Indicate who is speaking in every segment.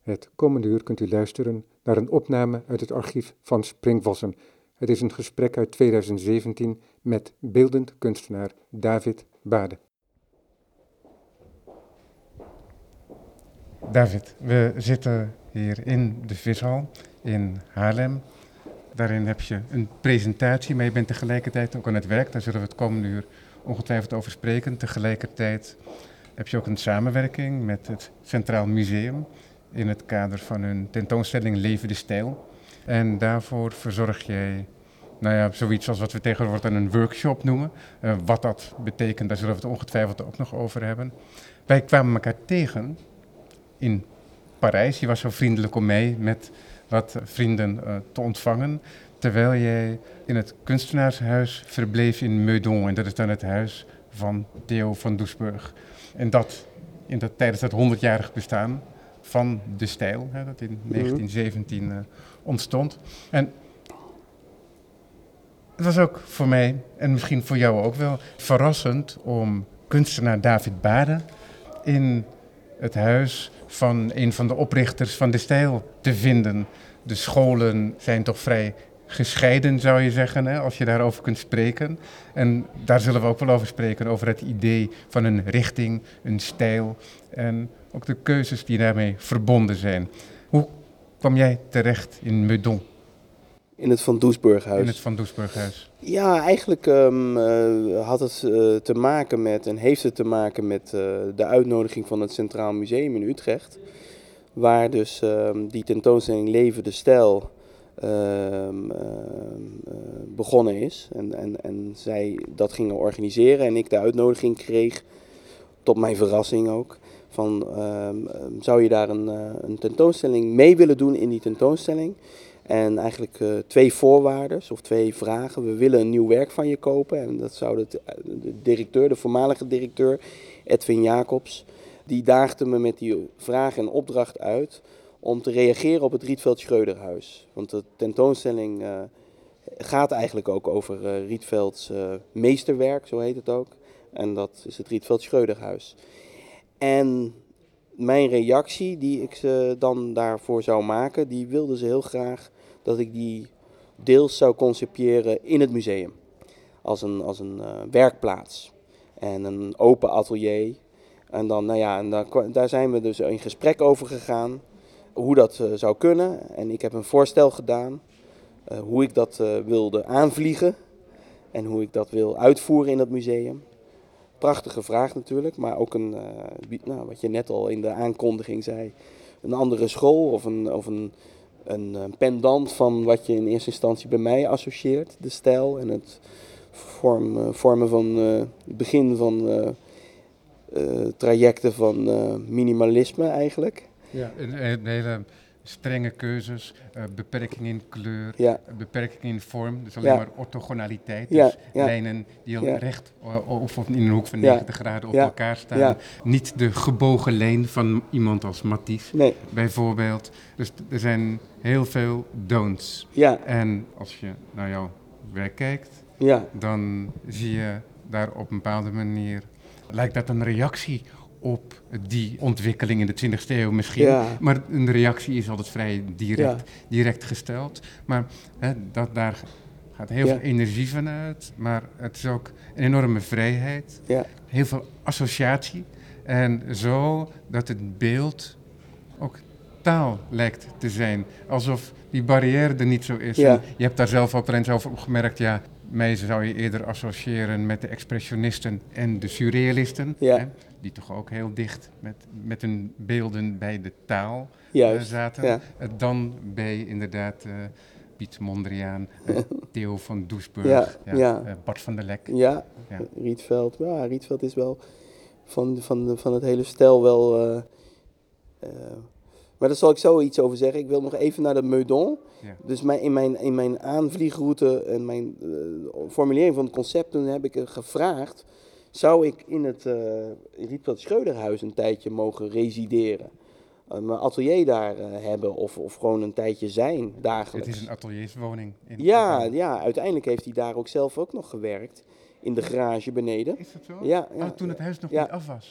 Speaker 1: Het komende uur kunt u luisteren naar een opname uit het archief van Springvossen. Het is een gesprek uit 2017 met beeldend kunstenaar David Bade. David, we zitten hier in de Vishal in Haarlem. Daarin heb je een presentatie, maar je bent tegelijkertijd ook aan het werk. Daar zullen we het komende uur ongetwijfeld over spreken. Tegelijkertijd heb je ook een samenwerking met het Centraal Museum in het kader van hun tentoonstelling Leven de Stijl. En daarvoor verzorg jij zoiets als wat we tegenwoordig een workshop noemen. Wat dat betekent, daar zullen we het ongetwijfeld ook nog over hebben. Wij kwamen elkaar tegen in Parijs. Je was zo vriendelijk om mij met wat vrienden te ontvangen, terwijl jij in het kunstenaarshuis verbleef in Meudon. En dat is dan het huis van Theo van Doesburg. En dat tijdens dat 100-jarig bestaan van de stijl, dat in 1917 ontstond. En het was ook voor mij, en misschien voor jou ook wel, verrassend om kunstenaar David Bade in het huis van een van de oprichters van de stijl te vinden. De scholen zijn toch vrij gescheiden, zou je zeggen, als je daarover kunt spreken. En daar zullen we ook wel over spreken, over het idee van een richting, een stijl en ook de keuzes die daarmee verbonden zijn. Hoe kwam jij terecht in Meudon?
Speaker 2: In het Van Doesburghuis.
Speaker 1: In het Van Doesburghuis.
Speaker 2: Ja, eigenlijk had het te maken met, en heeft het te maken met de uitnodiging van het Centraal Museum in Utrecht. Waar dus die tentoonstelling Leven de Stijl begonnen is. En zij dat gingen organiseren en ik de uitnodiging kreeg, tot mijn verrassing ook, van zou je daar een tentoonstelling mee willen doen in die tentoonstelling? En eigenlijk 2 voorwaarden of 2 vragen. We willen een nieuw werk van je kopen. En dat zou de voormalige directeur, Edwin Jacobs, die daagde me met die vraag en opdracht uit om te reageren op het Rietveld Schreuderhuis. Want de tentoonstelling gaat eigenlijk ook over Rietvelds meesterwerk, zo heet het ook. En dat is het Rietveld Schreuderhuis. En mijn reactie die ik ze dan daarvoor zou maken, die wilden ze heel graag dat ik die deels zou concipiëren in het museum. Als een werkplaats en een open atelier. En dan, daar zijn we dus in gesprek over gegaan, hoe dat zou kunnen. En ik heb een voorstel gedaan, hoe ik dat wilde aanvliegen en hoe ik dat wil uitvoeren in het museum. Prachtige vraag natuurlijk, maar ook wat je net al in de aankondiging zei, een andere school of een pendant van wat je in eerste instantie bij mij associeert, de stijl en het vormen van het begin van trajecten van minimalisme eigenlijk.
Speaker 1: Ja, een hele strenge keuzes, beperking in kleur, beperking in vorm, dus alleen maar orthogonaliteit, dus lijnen die al recht of in een hoek van 90 graden op elkaar staan. Ja. Niet de gebogen lijn van iemand als Matisse, bijvoorbeeld. Dus er zijn heel veel don'ts. Ja. En als je naar jouw werk kijkt, dan zie je daar op een bepaalde manier, lijkt dat een reactie op die ontwikkeling in de 20e eeuw misschien. Ja. Maar een reactie is altijd vrij direct gesteld. Maar daar gaat heel veel energie vanuit. Maar het is ook een enorme vrijheid. Ja. Heel veel associatie. En zo dat het beeld ook taal lijkt te zijn. Alsof die barrière er niet zo is. Ja. Je hebt daar zelf ook eens over opgemerkt, mij zou je eerder associëren met de expressionisten en de surrealisten. Ja. Die toch ook heel dicht met hun beelden bij de taal zaten. Ja. Dan bij inderdaad Piet Mondriaan, Theo van Doesburg, Bart van der Lek.
Speaker 2: Ja. Rietveld. Ja, Rietveld is wel van het hele stijl wel... maar daar zal ik zo iets over zeggen. Ik wil nog even naar de Meudon. Ja. Dus in mijn aanvliegroute en mijn formulering van het concept, toen heb ik gevraagd, zou ik in het Rietveld Schreuderhuis een tijdje mogen resideren? Mijn atelier daar hebben of gewoon een tijdje zijn dagelijks.
Speaker 1: Het is een atelierswoning.
Speaker 2: Ja, uiteindelijk heeft hij daar ook zelf ook nog gewerkt. In de garage beneden.
Speaker 1: Is dat zo?
Speaker 2: Ja.
Speaker 1: Toen het huis nog niet af was?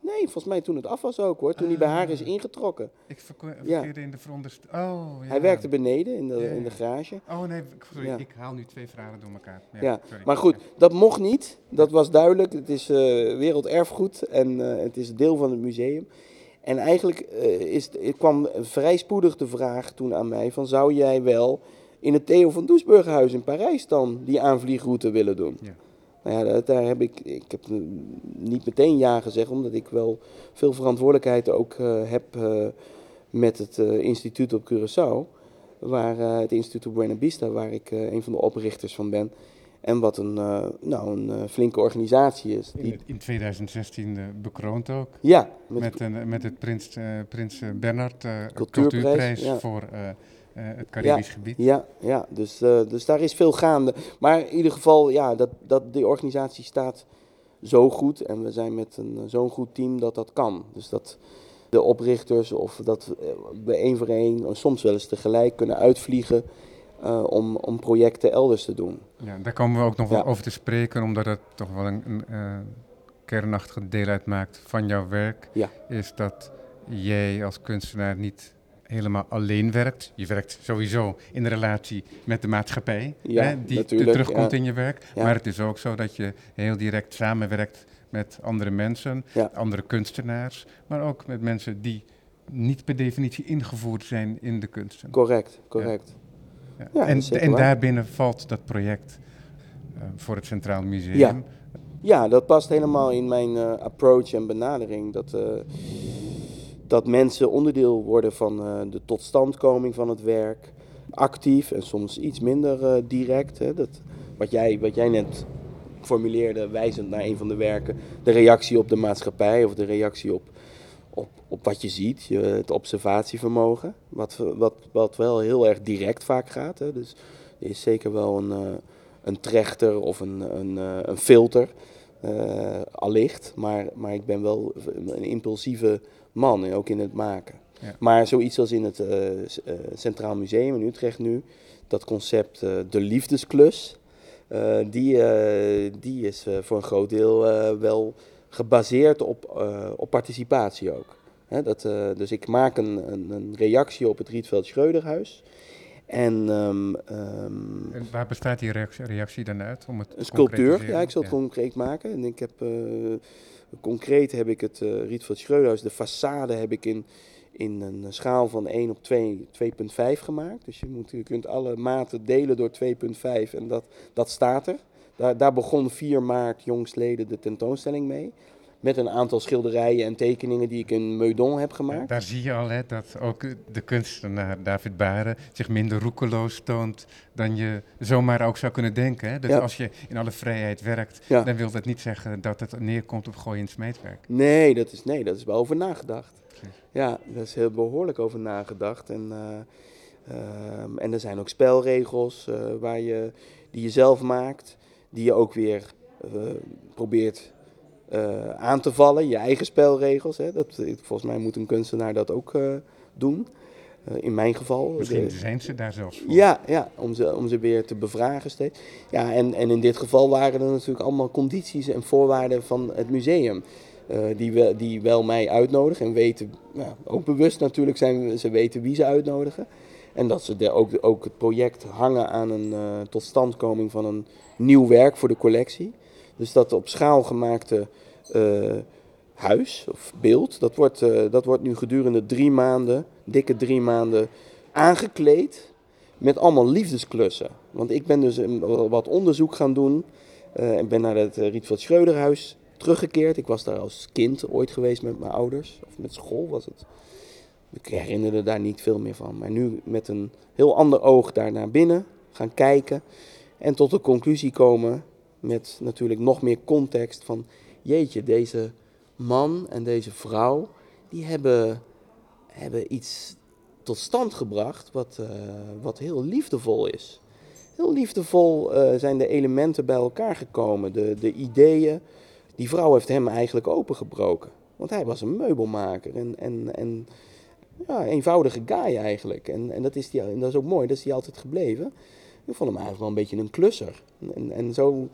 Speaker 2: Nee, volgens mij toen het af was ook hoor. Toen hij bij haar is ingetrokken.
Speaker 1: Ik verkeerde in de veronderstelling. Oh, ja.
Speaker 2: Hij werkte beneden in de garage.
Speaker 1: Oh nee, sorry, ik haal nu 2 vragen door elkaar.
Speaker 2: Ja, maar goed, dat mocht niet. Dat was duidelijk. Het is werelderfgoed en het is deel van het museum. En eigenlijk kwam vrij spoedig de vraag toen aan mij van zou jij wel in het Theo van Doesburgerhuis in Parijs dan die aanvliegroute willen doen?
Speaker 1: Ja.
Speaker 2: Nou ja, daar heb ik heb niet meteen ja gezegd, omdat ik wel veel verantwoordelijkheid ook heb met het instituut op Curaçao. Het instituut op Buena Vista, waar ik een van de oprichters van ben. En wat een flinke organisatie is.
Speaker 1: In 2016 bekroond ook.
Speaker 2: Ja.
Speaker 1: Met het Prins Bernhard Cultuurprijs voor het Caribisch gebied.
Speaker 2: Ja. Dus daar is veel gaande. Maar in ieder geval, ja, dat die organisatie staat zo goed. En we zijn met zo'n goed team dat kan. Dus dat de oprichters of dat we één voor één, soms wel eens tegelijk kunnen uitvliegen om projecten elders te doen.
Speaker 1: Ja, daar komen we ook nog wel over te spreken, omdat het toch wel een kernachtig deel uitmaakt van jouw werk. Ja. Is dat jij als kunstenaar niet helemaal alleen werkt. Je werkt sowieso in relatie met de maatschappij, die terugkomt in je werk. Ja. Maar het is ook zo dat je heel direct samenwerkt met andere mensen, andere kunstenaars, maar ook met mensen die niet per definitie ingevoerd zijn in de kunsten.
Speaker 2: Correct. Ja,
Speaker 1: en daarbinnen valt dat project voor het Centraal Museum.
Speaker 2: Ja, dat past helemaal in mijn approach en benadering. Dat mensen onderdeel worden van de totstandkoming van het werk. Actief en soms iets minder direct. Hè. Wat jij net formuleerde, wijzend naar een van de werken. De reactie op de maatschappij of de reactie op wat je ziet. Het observatievermogen. Wat wel heel erg direct vaak gaat. Hè. Dus er is zeker wel een trechter of een filter. Allicht. Maar ik ben wel een impulsieve man, ook in het maken. Ja. Maar zoiets als in het Centraal Museum in Utrecht nu, dat concept de liefdesklus, die is voor een groot deel wel gebaseerd op participatie ook. Dus ik maak een reactie op het Rietveld Schreuderhuis. En
Speaker 1: waar bestaat die reactie dan uit? Om het
Speaker 2: een sculptuur, ik zal het concreet maken. En ik heb concreet heb ik het Rietveld Schreuderhuis, de façade heb ik in een schaal van 1 op 2,5 gemaakt. Dus je kunt alle maten delen door 2,5 en dat staat er. Daar begon 4 maart jongstleden de tentoonstelling mee. Met een aantal schilderijen en tekeningen die ik in Meudon heb gemaakt.
Speaker 1: Ja, daar zie je al dat ook de kunstenaar David Baren zich minder roekeloos toont dan je zomaar ook zou kunnen denken. Hè? Dus als je in alle vrijheid werkt, dan wil dat niet zeggen dat het neerkomt op gooi- en smeedwerk.
Speaker 2: Nee, dat is wel over nagedacht. Precies. Ja, daar is heel behoorlijk over nagedacht. En er zijn ook spelregels die je zelf maakt, die je ook weer probeert aan te vallen, je eigen spelregels. Hè. Volgens mij moet een kunstenaar dat ook doen. In mijn geval.
Speaker 1: Misschien zijn ze daar zelfs voor.
Speaker 2: Ja, om ze weer te bevragen steeds. Ja, en in dit geval waren er natuurlijk allemaal condities en voorwaarden van het museum. Die wel mij uitnodigen en weten, ook bewust natuurlijk ze weten wie ze uitnodigen. En dat ze ook het project hangen aan een totstandkoming van een nieuw werk voor de collectie. Dus dat op schaal gemaakte huis of beeld, dat wordt nu gedurende 3 maanden, dikke 3 maanden, aangekleed met allemaal liefdesklussen. Want ik ben dus wat onderzoek gaan doen en ben naar het Rietveld Schreuderhuis teruggekeerd. Ik was daar als kind ooit geweest met mijn ouders, of met school was het. Ik herinnerde daar niet veel meer van. Maar nu met een heel ander oog daar naar binnen gaan kijken en tot de conclusie komen met natuurlijk nog meer context van jeetje, deze man en deze vrouw, die hebben iets tot stand gebracht wat heel liefdevol is. Heel liefdevol zijn de elementen bij elkaar gekomen, de ideeën. Die vrouw heeft hem eigenlijk opengebroken, want hij was een meubelmaker en eenvoudige guy eigenlijk. En dat is ook mooi, dat is hij altijd gebleven. Ik vond hem eigenlijk wel een beetje een klusser. En zo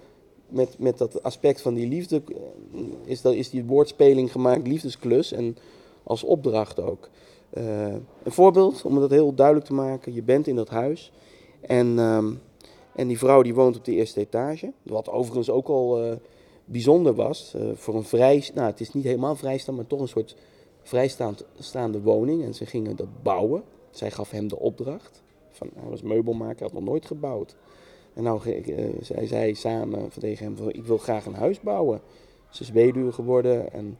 Speaker 2: met dat aspect van die liefde is die woordspeling gemaakt, liefdesklus, en als opdracht ook. Een voorbeeld, om dat heel duidelijk te maken. Je bent in dat huis en die vrouw die woont op de eerste etage. Wat overigens ook al bijzonder was voor een het is niet helemaal vrijstaand, maar toch een soort vrijstaande woning. En ze gingen dat bouwen. Zij gaf hem de opdracht. Hij was meubelmaker, had nog nooit gebouwd. En nou zei zij samen tegen hem, ik wil graag een huis bouwen. Ze is weduwe geworden en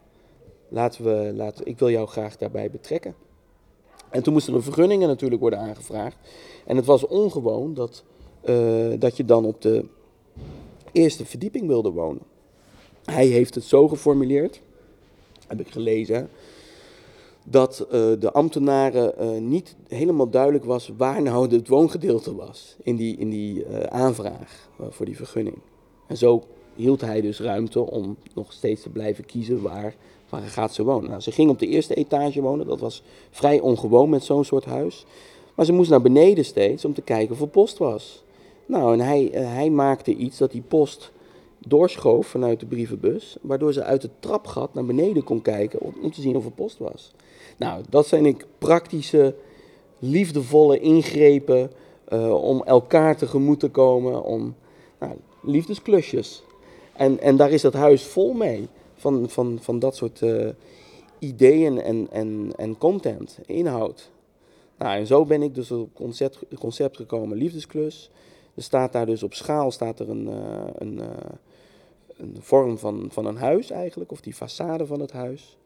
Speaker 2: ik wil jou graag daarbij betrekken. En toen moesten er vergunningen natuurlijk worden aangevraagd. En het was ongewoon dat je dan op de eerste verdieping wilde wonen. Hij heeft het zo geformuleerd, heb ik gelezen, dat de ambtenaren niet helemaal duidelijk was waar nou het woongedeelte was in die aanvraag voor die vergunning. En zo hield hij dus ruimte om nog steeds te blijven kiezen waar gaat ze wonen. Nou, ze ging op de eerste etage wonen, dat was vrij ongewoon met zo'n soort huis. Maar ze moest naar beneden steeds om te kijken of er post was. Nou, en hij maakte iets dat die post doorschoof vanuit de brievenbus, waardoor ze uit het trapgat naar beneden kon kijken om te zien of er post was. Nou, dat zijn praktische, liefdevolle ingrepen om elkaar tegemoet te komen, om liefdesklusjes. En daar is dat huis vol mee, van dat soort ideeën en content, inhoud. Nou, en zo ben ik dus op het concept gekomen, liefdesklus. Er staat daar dus op schaal een vorm van een huis eigenlijk, of die façade van het huis.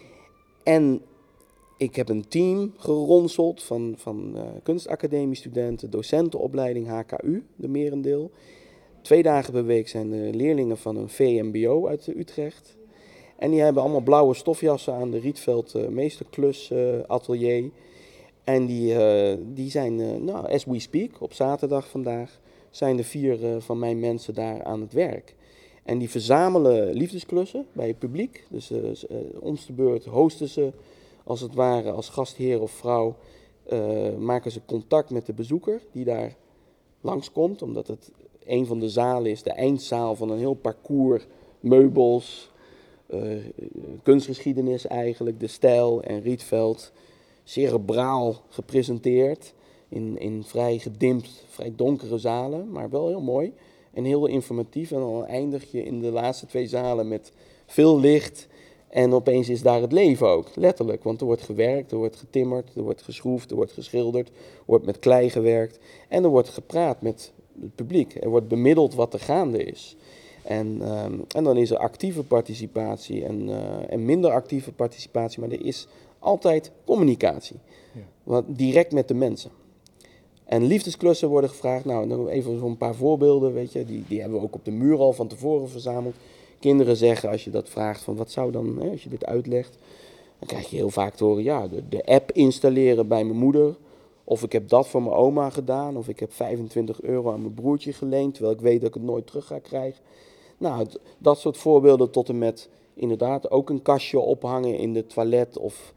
Speaker 2: En ik heb een team geronseld van kunstacademiestudenten, docentenopleiding HKU, de merendeel. 2 dagen per week zijn de leerlingen van een VMBO uit Utrecht. En die hebben allemaal blauwe stofjassen aan de Rietveld Meesterklus atelier. En die zijn, as we speak, op zaterdag vandaag, zijn de 4 van mijn mensen daar aan het werk. En die verzamelen liefdesklussen bij het publiek. Dus om de beurt hosten ze, als het ware, als gastheer of vrouw, maken ze contact met de bezoeker die daar langskomt. Omdat het een van de zalen is, de eindzaal van een heel parcours, meubels, kunstgeschiedenis eigenlijk, de stijl en Rietveld. Cerebraal gepresenteerd in vrij gedimd, vrij donkere zalen, maar wel heel mooi en heel informatief. En dan eindig je in de laatste 2 zalen met veel licht en opeens is daar het leven ook, letterlijk. Want er wordt gewerkt, er wordt getimmerd, er wordt geschroefd, er wordt geschilderd, er wordt met klei gewerkt en er wordt gepraat met het publiek. Er wordt bemiddeld wat er gaande is. En dan is er actieve participatie en minder actieve participatie, maar er is altijd communicatie. Ja. Direct met de mensen. En liefdesklussen worden gevraagd. Nou, even zo'n paar voorbeelden, weet je. Die hebben we ook op de muur al van tevoren verzameld. Kinderen zeggen, als je dat vraagt, van wat zou dan, als je dit uitlegt, dan krijg je heel vaak te horen, ja, de app installeren bij mijn moeder. Of ik heb dat voor mijn oma gedaan. Of ik heb €25 aan mijn broertje geleend, terwijl ik weet dat ik het nooit terug ga krijgen. Nou, dat soort voorbeelden tot en met inderdaad ook een kastje ophangen in de toilet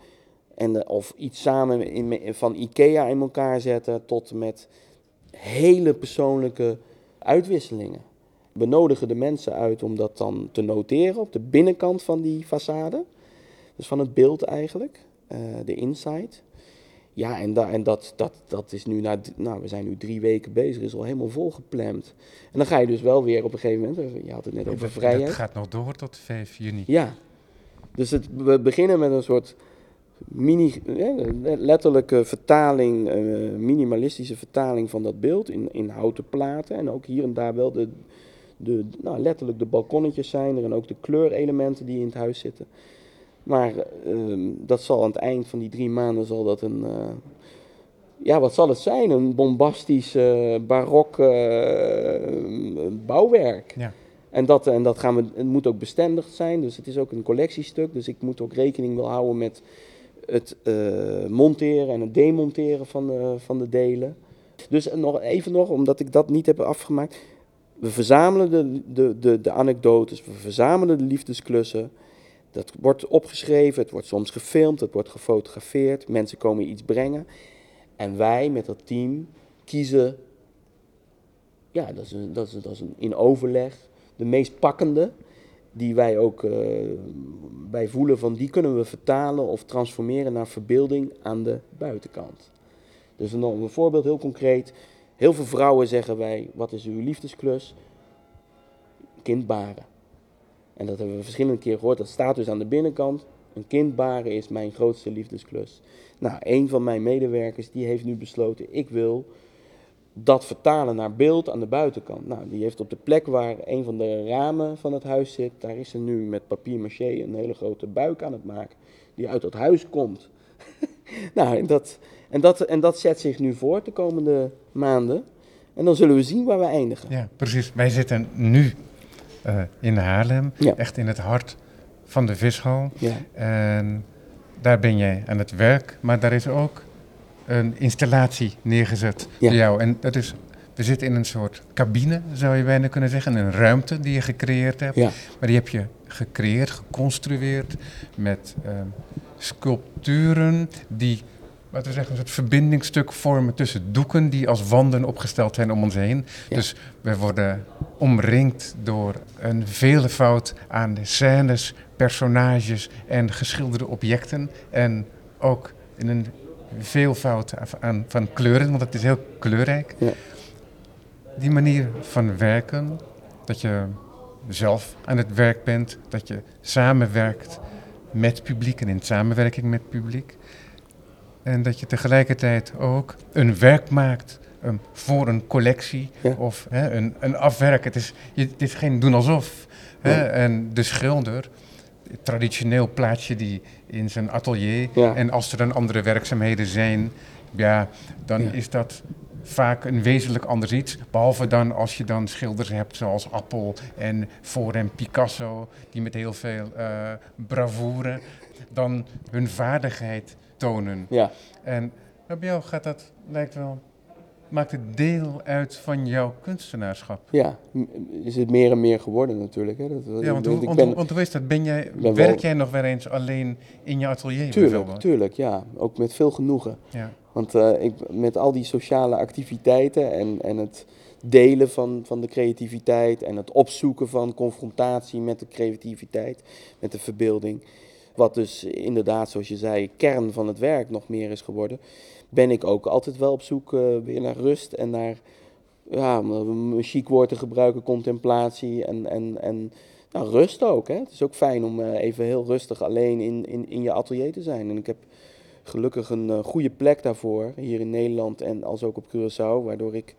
Speaker 2: of iets samen van IKEA in elkaar zetten tot en met hele persoonlijke uitwisselingen. We nodigen de mensen uit om dat dan te noteren op de binnenkant van die façade. Dus van het beeld eigenlijk, de inside. Ja, en dat is nu, we zijn nu 3 weken bezig, is al helemaal volgepland. En dan ga je dus wel weer op een gegeven moment, je had het net over vrijheid.
Speaker 1: Dat gaat nog door tot 5 juni.
Speaker 2: Ja, dus we beginnen met een soort letterlijke vertaling, minimalistische vertaling van dat beeld in houten platen. En ook hier en daar wel letterlijk de balkonnetjes zijn er en ook de kleurelementen die in het huis zitten. Maar dat zal aan het eind van die 3 maanden zal dat wat zal het zijn? Een bombastisch barok bouwwerk. Ja. En dat het moet ook bestendig zijn, dus het is ook een collectiestuk. Dus ik moet ook rekening wel houden met het monteren en het demonteren van de delen. Dus nog, omdat ik dat niet heb afgemaakt. We verzamelen de anekdotes, we verzamelen de liefdesklussen. Dat wordt opgeschreven, het wordt soms gefilmd, het wordt gefotografeerd. Mensen komen iets brengen. En wij met dat team kiezen, dat is in overleg, de meest pakkende, die wij ook bij voelen van die kunnen we vertalen of transformeren naar verbeelding aan de buitenkant. Dus een voorbeeld heel concreet. Heel veel vrouwen zeggen wij, wat is uw liefdesklus? Kind baren. En dat hebben we verschillende keren gehoord. Dat staat dus aan de binnenkant. Een kind baren is mijn grootste liefdesklus. Nou, een van mijn medewerkers die heeft nu besloten, ik wil dat vertalen naar beeld aan de buitenkant. Nou, die heeft op de plek waar een van de ramen van het huis zit, daar is ze nu met papier-mâché een hele grote buik aan het maken, die uit dat huis komt. Nou, en dat zet zich nu voort de komende maanden. En dan zullen we zien waar we eindigen.
Speaker 1: Ja, precies. Wij zitten nu in Haarlem, echt in het hart van de Vishal.
Speaker 2: Ja.
Speaker 1: En daar ben jij aan het werk, maar daar is ook een installatie neergezet voor jou. En dat is, we zitten in een soort cabine, zou je bijna kunnen zeggen. Een ruimte die je gecreëerd hebt.
Speaker 2: Ja.
Speaker 1: Maar die heb je gecreëerd, geconstrueerd met sculpturen die, laten we zeggen, een soort verbindingstuk vormen tussen doeken die als wanden opgesteld zijn om ons heen. Ja. Dus we worden omringd door een veelvoud aan scènes, personages en geschilderde objecten. En ook in een veelvoud van kleuren, want het is heel kleurrijk. Ja. Die manier van werken, dat je zelf aan het werk bent, dat je samenwerkt met publiek en in samenwerking met publiek. En dat je tegelijkertijd ook een werk maakt voor een collectie of een afwerk. Het is geen doen alsof. Ja. En de schilder, traditioneel plaats je die in zijn atelier. Ja. En als er dan andere werkzaamheden zijn, dan is dat vaak een wezenlijk anders iets. Behalve dan als je dan schilders hebt zoals Appel en Voor en Picasso, die met heel veel bravoure dan hun vaardigheid tonen. Ja. En bij jou maakt het deel uit van jouw kunstenaarschap.
Speaker 2: Ja, is het meer en meer geworden natuurlijk. Hè?
Speaker 1: Want hoe is dat? Werk jij nog wel eens alleen in je atelier?
Speaker 2: Tuurlijk, ja. Ook met veel genoegen. Ja. Want met al die sociale activiteiten en het delen van de creativiteit en het opzoeken van confrontatie met de creativiteit, met de verbeelding, wat dus inderdaad, zoals je zei, kern van het werk nog meer is geworden, ben ik ook altijd wel op zoek weer naar rust en naar, om een chic woord te gebruiken, contemplatie en rust ook. Hè? Het is ook fijn om even heel rustig alleen in je atelier te zijn. En ik heb gelukkig een goede plek daarvoor, hier in Nederland en als ook op Curaçao, waardoor ik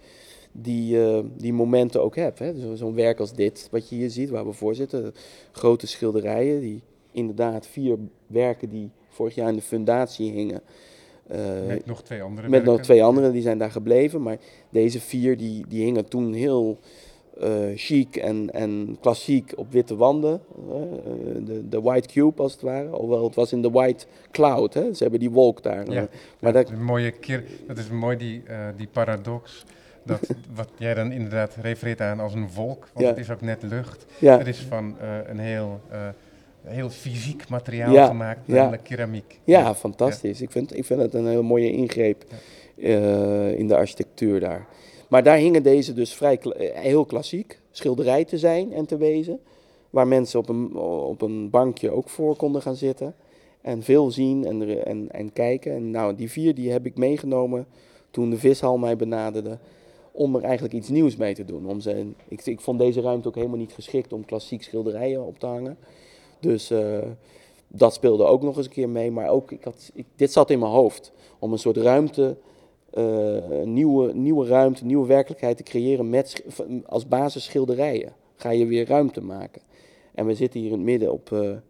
Speaker 2: die momenten ook heb. Hè? Dus zo'n werk als dit, wat je hier ziet, waar we voor zitten, grote schilderijen, die inderdaad 4 werken die vorig jaar in de fundatie hingen.
Speaker 1: Met nog 2 andere
Speaker 2: Met nog 2 andere, die zijn daar gebleven. Maar deze 4 die hingen toen heel chic en klassiek op witte wanden. De white cube als het ware. Alhoewel het was in de white cloud. Hè? Ze hebben die wolk daar.
Speaker 1: Ja, maar dat is mooi die paradox. Wat jij dan inderdaad refereert aan als een wolk. Want het is ook net lucht. Ja. Het is van een heel fysiek materiaal gemaakt, namelijk keramiek.
Speaker 2: Ja, fantastisch. Ja. Ik vind het een hele mooie ingreep in de architectuur daar. Maar daar hingen deze dus heel klassiek, schilderij te zijn en te wezen. Waar mensen op een bankje ook voor konden gaan zitten. En veel zien en kijken. En nou, die 4 die heb ik meegenomen toen de Vishal mij benaderde, om er eigenlijk iets nieuws mee te doen. Ik vond deze ruimte ook helemaal niet geschikt om klassiek schilderijen op te hangen. Dus dat speelde ook nog eens een keer mee. Maar ook, dit zat in mijn hoofd. Om een soort ruimte, nieuwe ruimte, nieuwe werkelijkheid te creëren als basis schilderijen. Ga je weer ruimte maken. En we zitten hier in het midden op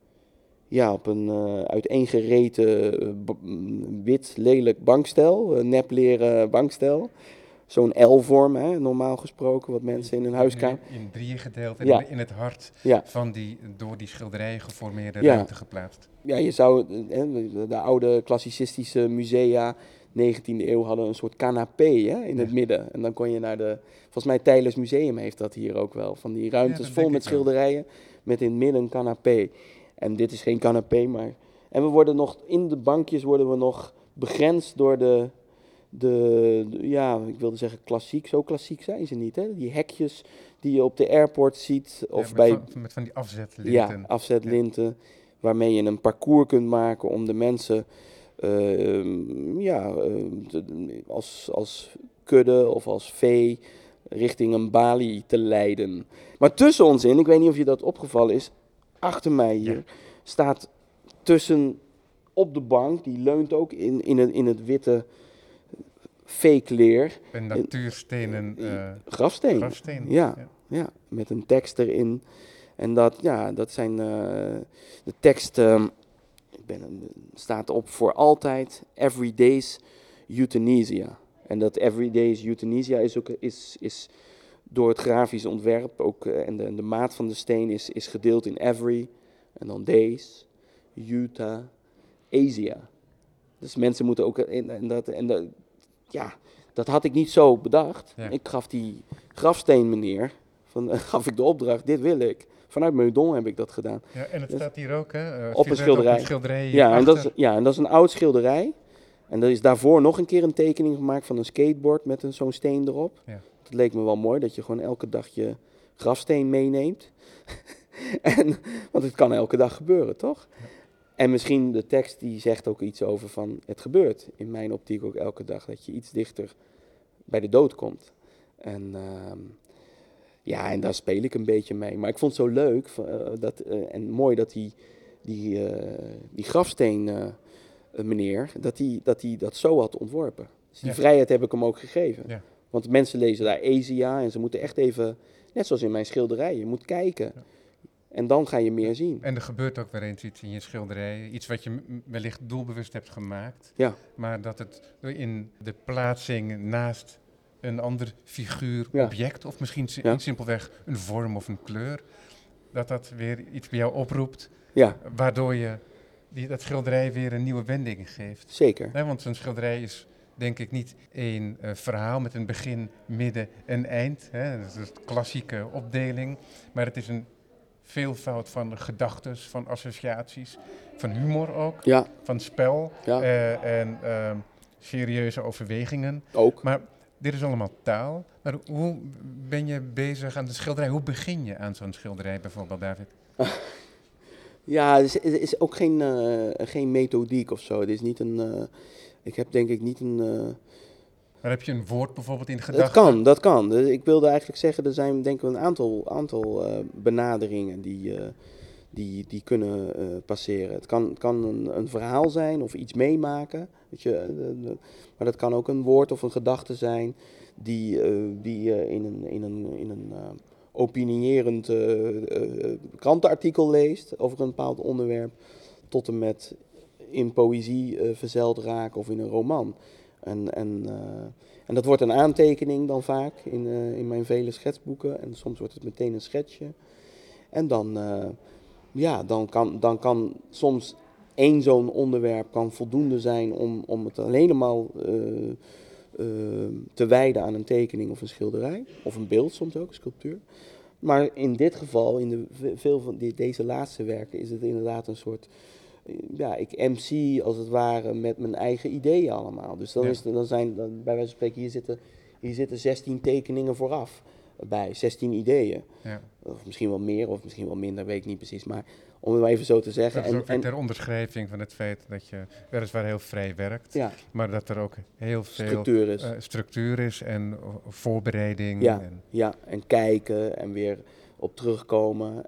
Speaker 2: een uiteengereten wit lelijk bankstel. Nepleren bankstel. Zo'n L-vorm, normaal gesproken, wat mensen in hun huiskamer.
Speaker 1: In 3 gedeeld en in het hart van die door die schilderijen geformeerde ruimte geplaatst.
Speaker 2: Ja, je zou, de oude klassicistische musea, 19e eeuw, hadden een soort canapé in het midden. En dan kon je volgens mij Teylers Museum heeft dat hier ook wel. Van die ruimtes vol met schilderijen, met in het midden een canapé. En dit is geen canapé, maar... En we worden nog, in de bankjes worden we nog begrensd door ik wilde zeggen klassiek, zo klassiek zijn ze niet. Hè? Die hekjes die je op de airport ziet. Of
Speaker 1: met van die afzetlinten.
Speaker 2: Ja, afzetlinten. Waarmee je een parcours kunt maken om de mensen als kudde of als vee richting een balie te leiden. Maar tussen ons in, ik weet niet of je dat opgevallen is, achter mij hier staat tussen op de bank, die leunt ook in het witte fake leer.
Speaker 1: Een natuurstenen
Speaker 2: grafsteen. Ja, met een tekst erin. En dat zijn de tekst staat op voor altijd everyday's euthanasia. En dat everyday's euthanasia is door het grafisch ontwerp ook en de maat van de steen is gedeeld in every en dan days, Asia. Dus mensen moeten ook dat had ik niet zo bedacht. Ja. Ik gaf die grafsteen meneer, gaf ik de opdracht, dit wil ik. Vanuit Meudon heb ik dat gedaan.
Speaker 1: Ja, en het staat hier ook, hè?
Speaker 2: Op een schilderij. En dat is een oud schilderij. En er is daarvoor nog een keer een tekening gemaakt van een skateboard met zo'n steen erop. Ja. Dat leek me wel mooi, dat je gewoon elke dag je grafsteen meeneemt. Want het kan elke dag gebeuren, toch? Ja. En misschien de tekst die zegt ook iets over van het gebeurt in mijn optiek ook elke dag. Dat je iets dichter bij de dood komt. En en daar speel ik een beetje mee. Maar ik vond het zo leuk en mooi dat die grafsteen meneer, dat hij dat zo had ontworpen. Dus die vrijheid heb ik hem ook gegeven. Ja. Want mensen lezen daar Asia en ze moeten echt even, net zoals in mijn schilderij, je moet kijken. Ja. En dan ga je meer zien.
Speaker 1: En er gebeurt ook weer eens iets in je schilderij. Iets wat je wellicht doelbewust hebt gemaakt.
Speaker 2: Ja.
Speaker 1: Maar dat het in de plaatsing naast een ander figuur, object, of misschien simpelweg een vorm of een kleur, dat weer iets bij jou oproept, waardoor je dat schilderij weer een nieuwe wending geeft.
Speaker 2: Zeker.
Speaker 1: Nee, want zo'n schilderij is denk ik niet een verhaal met een begin, midden en eind. Hè? Dat is de klassieke opdeling, maar het is een veelvoud van gedachten, van associaties, van humor ook, van spel en serieuze overwegingen.
Speaker 2: Ook.
Speaker 1: Maar dit is allemaal taal. Maar hoe ben je bezig aan de schilderij? Hoe begin je aan zo'n schilderij bijvoorbeeld, David?
Speaker 2: Ja, er is ook geen methodiek of zo. Het is niet ik heb denk ik niet een...
Speaker 1: Maar heb je een woord bijvoorbeeld in gedachten?
Speaker 2: Dat kan. Dus ik wilde eigenlijk zeggen, er zijn denk ik een aantal benaderingen die kunnen passeren. Het kan een verhaal zijn of iets meemaken. Weet je, maar dat kan ook een woord of een gedachte zijn die in een opinierend krantenartikel leest over een bepaald onderwerp, tot en met in poëzie verzeild raken of in een roman. En dat wordt een aantekening dan vaak in mijn vele schetsboeken. En soms wordt het meteen een schetsje. En dan kan soms één zo'n onderwerp kan voldoende zijn om het helemaal te wijden aan een tekening of een schilderij. Of een beeld soms ook, een sculptuur. Maar in dit geval, in veel van deze laatste werken, is het inderdaad een soort... ik MC als het ware met mijn eigen ideeën allemaal. Dus dan zijn bij wijze van spreken, hier zitten 16 tekeningen vooraf bij, 16 ideeën. Ja. Of misschien wel meer, of misschien wel minder, weet ik niet precies. Maar om het maar even zo te zeggen.
Speaker 1: Dat is ook weer ter onderschrijving van het feit dat je weliswaar heel vrij werkt, maar dat er ook heel veel structuur is en voorbereiding.
Speaker 2: En kijken en weer op terugkomen.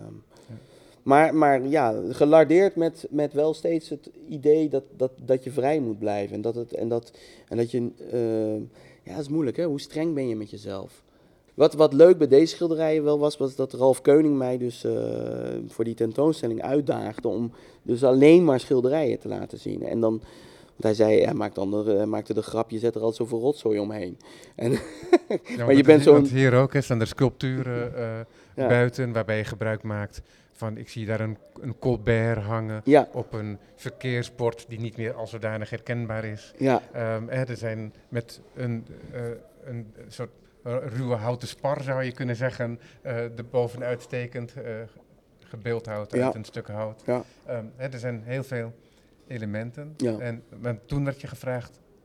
Speaker 2: Maar gelardeerd met wel steeds het idee dat je vrij moet blijven. En dat je... dat is moeilijk, hè? Hoe streng ben je met jezelf? Wat leuk bij deze schilderijen wel was dat Ralf Keuning mij dus voor die tentoonstelling uitdaagde om dus alleen maar schilderijen te laten zien. En dan... Want hij zei, hij maakte de grap, je zet er al zoveel rotzooi omheen.
Speaker 1: Maar je bent zo'n... Hier ook staan er sculpturen buiten waarbij je gebruik maakt van, ik zie daar een Colbert hangen op een verkeersbord die niet meer als zodanig herkenbaar is. Ja. Er zijn met een soort ruwe houten spar, zou je kunnen zeggen, er bovenuitstekend gebeeldhouwd uit een stuk hout. Ja. Er zijn heel veel elementen. Ja. Maar toen werd je gevraagd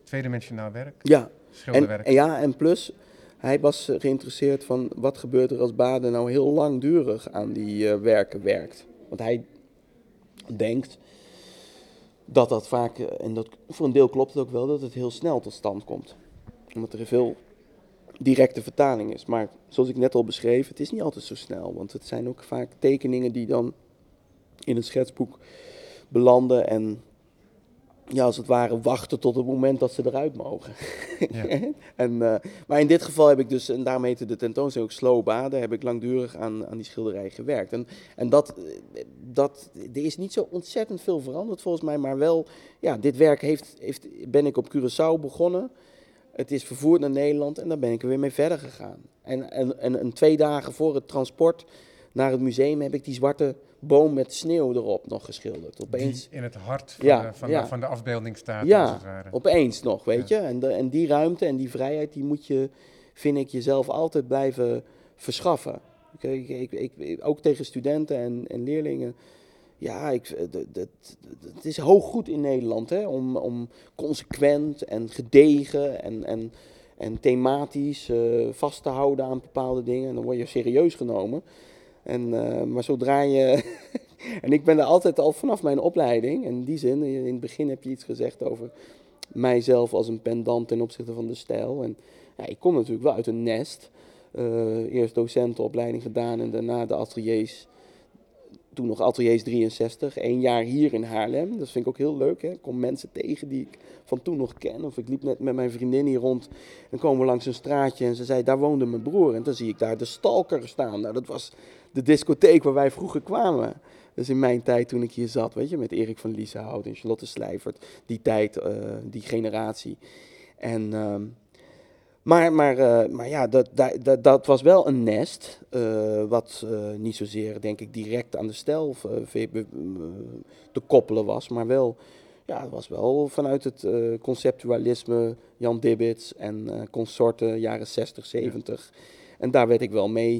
Speaker 1: tweedimensionaal werk,
Speaker 2: ja.
Speaker 1: schilderwerk.
Speaker 2: En plus, hij was geïnteresseerd van wat gebeurt er als Bade nou heel langdurig aan die werken werkt. Want hij denkt dat vaak, en dat voor een deel klopt het ook wel, dat het heel snel tot stand komt. Omdat er veel directe vertaling is. Maar zoals ik net al beschreef, het is niet altijd zo snel. Want het zijn ook vaak tekeningen die dan in een schetsboek belanden en ja, als het ware wachten tot het moment dat ze eruit mogen. Ja. Maar in dit geval heb ik dus, en daarom heette de tentoonstelling ook Slow Bade, heb ik langdurig aan die schilderij gewerkt. En dat, er is niet zo ontzettend veel veranderd volgens mij, maar wel, ja, dit werk ben ik op Curaçao begonnen. Het is vervoerd naar Nederland en daar ben ik er weer mee verder gegaan. En 2 dagen voor het transport naar het museum heb ik die zwarte boom met sneeuw erop nog geschilderd.
Speaker 1: Opeens, die in het hart van de afbeelding staat.
Speaker 2: Ja, als het ware. Opeens nog, weet je. En die ruimte en die vrijheid, die moet je, vind ik, jezelf altijd blijven verschaffen. Ook tegen studenten en leerlingen. Ja, het is hooggoed in Nederland, hè, om consequent en gedegen en thematisch vast te houden aan bepaalde dingen. En dan word je serieus genomen. Maar zodra je... en ik ben er altijd al vanaf mijn opleiding, in die zin, in het begin heb je iets gezegd over mijzelf als een pendant ten opzichte van de stijl. En ja, ik kom natuurlijk wel uit een nest. Eerst docentenopleiding gedaan en daarna de ateliers. Toen nog ateliers 63, 1 jaar hier in Haarlem. Dat vind ik ook heel leuk. Hè? Ik kom mensen tegen die ik van toen nog ken. Of ik liep net met mijn vriendin hier rond en komen we langs een straatje en ze zei, daar woonde mijn broer. En dan zie ik daar de Stalker staan. Nou, dat was de discotheek waar wij vroeger kwamen. Dus in mijn tijd toen ik hier zat, weet je, met Erik van Lieshout en Charlotte Slijvert. Die tijd, die generatie. Maar ja, dat was wel een nest, wat niet zozeer, denk ik, direct aan de stijl te koppelen was, maar wel, ja, het was wel vanuit het conceptualisme, Jan Dibbits en consorten, jaren 60, 70. Ja. En daar werd ik wel mee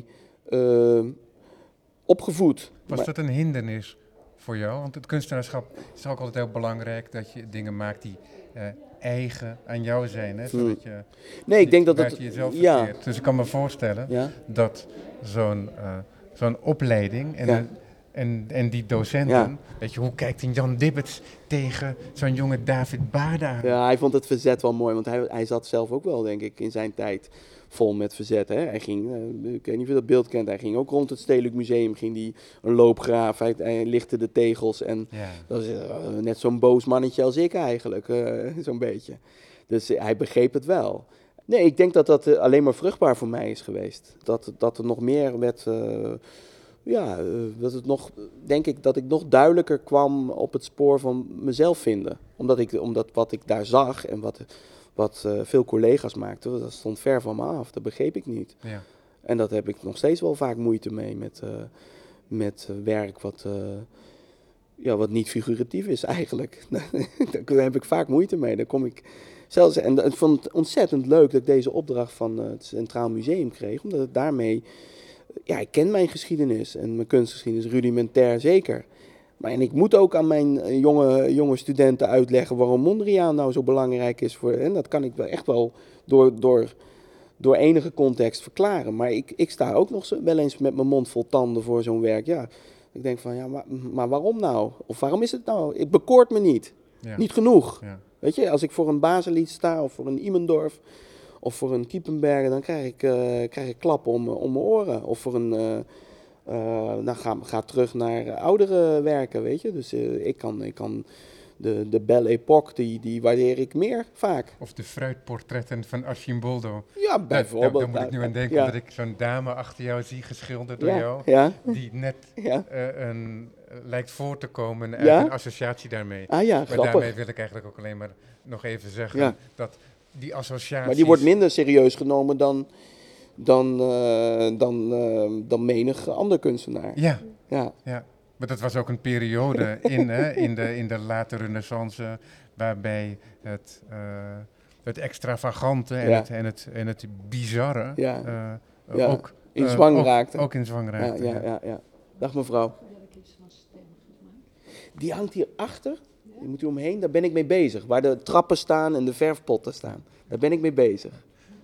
Speaker 2: opgevoed.
Speaker 1: Was dat een hindernis voor jou? Want het kunstenaarschap is ook altijd heel belangrijk dat je dingen maakt die... eigen aan jou zijn, hè? Zodat je,
Speaker 2: nee, ik denk dat
Speaker 1: het jezelf verkeert. Dus ik kan me voorstellen dat zo'n opleiding en die docenten, weet je, hoe kijkt een Jan Dibbets tegen zo'n jonge David Bade aan?
Speaker 2: Ja, hij vond het verzet wel mooi, want hij zat zelf ook wel, denk ik, in zijn tijd vol met verzet. Hè? Hij ging, ik weet niet of je dat beeld kent, hij ging ook rond het Stedelijk Museum, ging die een loopgraaf, hij lichtte de tegels en dat is net zo'n boos mannetje als ik eigenlijk, zo'n beetje. Dus hij begreep het wel. Nee, ik denk dat dat alleen maar vruchtbaar voor mij is geweest. Dat er nog meer werd, denk ik dat ik nog duidelijker kwam op het spoor van mezelf vinden. Omdat wat ik daar zag en wat veel collega's maakten, dat stond ver van me af. Dat begreep ik niet. Ja. En dat heb ik nog steeds wel vaak moeite mee met werk wat niet figuratief is eigenlijk. Daar heb ik vaak moeite mee. Daar kom ik zelfs, en ik vond het ontzettend leuk dat ik deze opdracht van het Centraal Museum kreeg, omdat het daarmee, ja, ik ken mijn geschiedenis en mijn kunstgeschiedenis rudimentair zeker. En ik moet ook aan mijn jonge studenten uitleggen waarom Mondriaan nou zo belangrijk is voor. En dat kan ik wel echt wel door enige context verklaren. Maar ik sta ook nog wel eens met mijn mond vol tanden voor zo'n werk. Ja, ik denk van, ja, maar waarom nou? Of waarom is het nou? Het bekoort me niet. Ja. Niet genoeg. Ja. Weet je, als ik voor een Bazelied sta of voor een Immendorf of voor een Kiepenberger, dan krijg ik klappen om mijn oren. Of voor een... ga terug naar oudere werken, weet je. Dus ik kan de Belle Époque, die waardeer ik meer vaak.
Speaker 1: Of de fruitportretten van Archimboldo.
Speaker 2: Ja, bijvoorbeeld.
Speaker 1: Daar moet ik nu aan denken, dat ik zo'n dame achter jou zie geschilderd door jou. Ja. Die net lijkt voor te komen uit een associatie daarmee.
Speaker 2: Ah ja,
Speaker 1: maar
Speaker 2: grappig.
Speaker 1: Daarmee wil ik eigenlijk ook alleen maar nog even zeggen dat die associatie...
Speaker 2: Maar die wordt minder serieus genomen dan menig ander kunstenaar.
Speaker 1: Ja. Maar dat was ook een periode in de late renaissance waarbij het extravagante en het bizarre ook
Speaker 2: in zwang raakte.
Speaker 1: Ook in zwang raakte.
Speaker 2: Ja. Dag mevrouw. Die hangt hier achter. Die moet hier omheen. Daar ben ik mee bezig. Waar de trappen staan en de verfpotten staan. Daar ben ik mee bezig.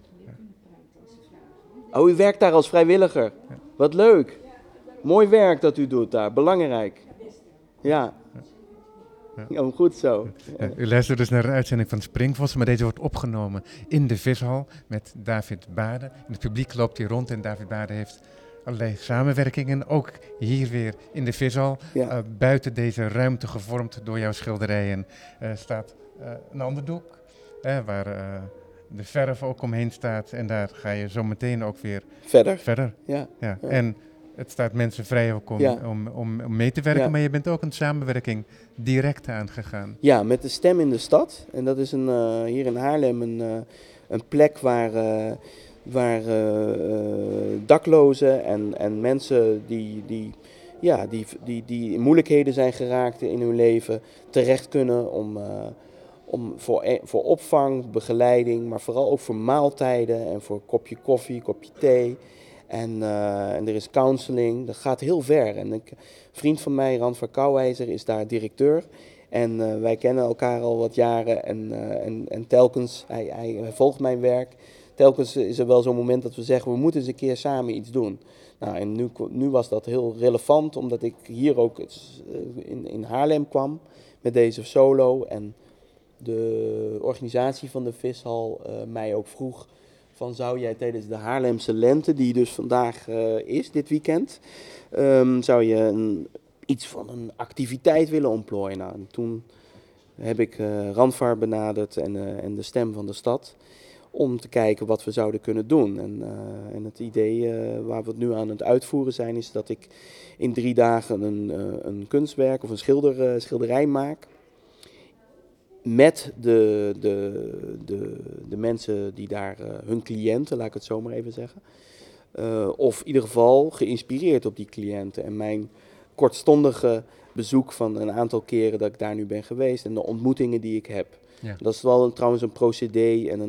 Speaker 2: Oh, u werkt daar als vrijwilliger. Wat leuk. Mooi werk dat u doet daar. Belangrijk. Ja. Oh, goed zo.
Speaker 1: U luistert dus naar een uitzending van Springvossen, maar deze wordt opgenomen in de Vishal met David Bade. In het publiek loopt hier rond en David Bade heeft allerlei samenwerkingen, ook hier weer in de Vishal. Ja. Buiten deze ruimte gevormd door jouw schilderijen staat een ander doek, waar de verf ook omheen staat. En daar ga je zo meteen ook weer verder. Ja. En het staat mensen vrij ook om mee te werken, maar je bent ook een samenwerking direct aangegaan.
Speaker 2: Ja, met de Stem in de Stad. En dat is hier in Haarlem een plek waar daklozen en mensen die in moeilijkheden zijn geraakt in hun leven terecht kunnen om voor opvang, begeleiding, maar vooral ook voor maaltijden en voor een kopje koffie, kopje thee. En er is counseling, dat gaat heel ver. En een vriend van mij, Randvar Kouwijzer, is daar directeur. En wij kennen elkaar al wat jaren en telkens, hij volgt mijn werk. Telkens is er wel zo'n moment dat we zeggen, we moeten eens een keer samen iets doen. Nou, en nu was dat heel relevant, omdat ik hier ook in Haarlem kwam met deze solo. En de organisatie van de Vishal mij ook vroeg van, zou jij tijdens de Haarlemse lente, die dus vandaag is, dit weekend, zou je iets van een activiteit willen ontplooien? Nou, en toen heb ik Randvar benaderd en de Stem van de Stad om te kijken wat we zouden kunnen doen. En het idee waar we het nu aan het uitvoeren zijn, is dat ik in 3 dagen een kunstwerk of een schilderij maak. Met de mensen die daar, hun cliënten, laat ik het zo maar even zeggen. Of in ieder geval geïnspireerd op die cliënten. En mijn kortstondige bezoek van een aantal keren dat ik daar nu ben geweest. En de ontmoetingen die ik heb. Ja. Dat is wel trouwens een procedé en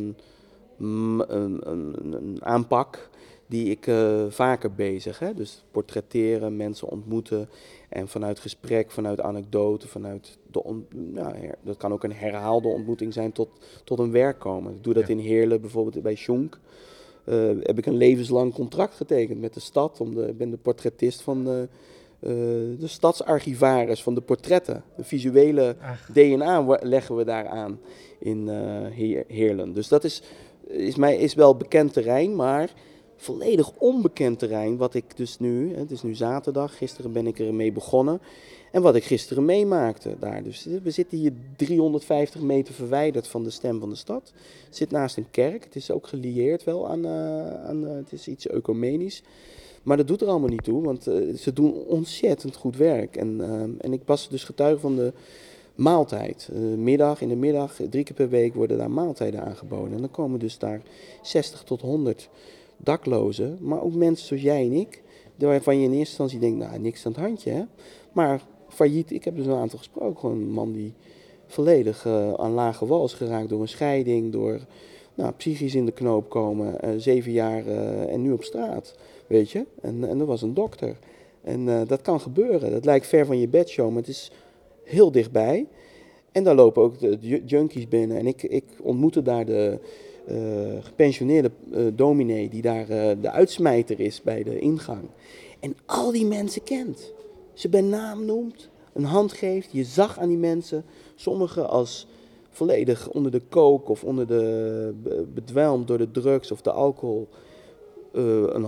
Speaker 2: een aanpak die ik vaker bezig. Hè? Dus portretteren, mensen ontmoeten. En vanuit gesprek, vanuit anekdote, vanuit dat kan ook een herhaalde ontmoeting zijn tot een werk komen. Ik doe dat in Heerlen, bijvoorbeeld bij Schonk. Heb ik een levenslang contract getekend met de stad. Ik ben de portrettist van de stadsarchivaris van de portretten. De visuele DNA leggen we daar aan in Heerlen. Dus dat is wel bekend terrein, maar volledig onbekend terrein, wat ik dus nu, het is nu zaterdag, gisteren ben ik ermee begonnen, en wat ik gisteren meemaakte daar. Dus we zitten hier 350 meter verwijderd van de Stem van de Stad. Het zit naast een kerk, het is ook gelieerd wel aan het is iets ecumenisch. Maar dat doet er allemaal niet toe, want ze doen ontzettend goed werk. En ik was dus getuige van de maaltijd. In de middag, 3 keer per week worden daar maaltijden aangeboden. En dan komen dus daar 60 tot 100 daklozen, maar ook mensen zoals jij en ik, waarvan je in eerste instantie denkt, nou, niks aan het handje, hè. Maar failliet, ik heb dus een aantal gesproken, gewoon een man die volledig aan lage wal is geraakt door een scheiding, door psychisch in de knoop komen, 7 jaar en nu op straat, weet je. En er was een dokter. En dat kan gebeuren, dat lijkt ver van je bedshow, maar het is heel dichtbij. En daar lopen ook de junkies binnen en ik ontmoette daar de gepensioneerde dominee die daar de uitsmijter is bij de ingang. En al die mensen kent. Ze bij naam noemt, een hand geeft. Je zag aan die mensen, sommigen als volledig onder de coke of onder de bedwelmd door de drugs of de alcohol. Een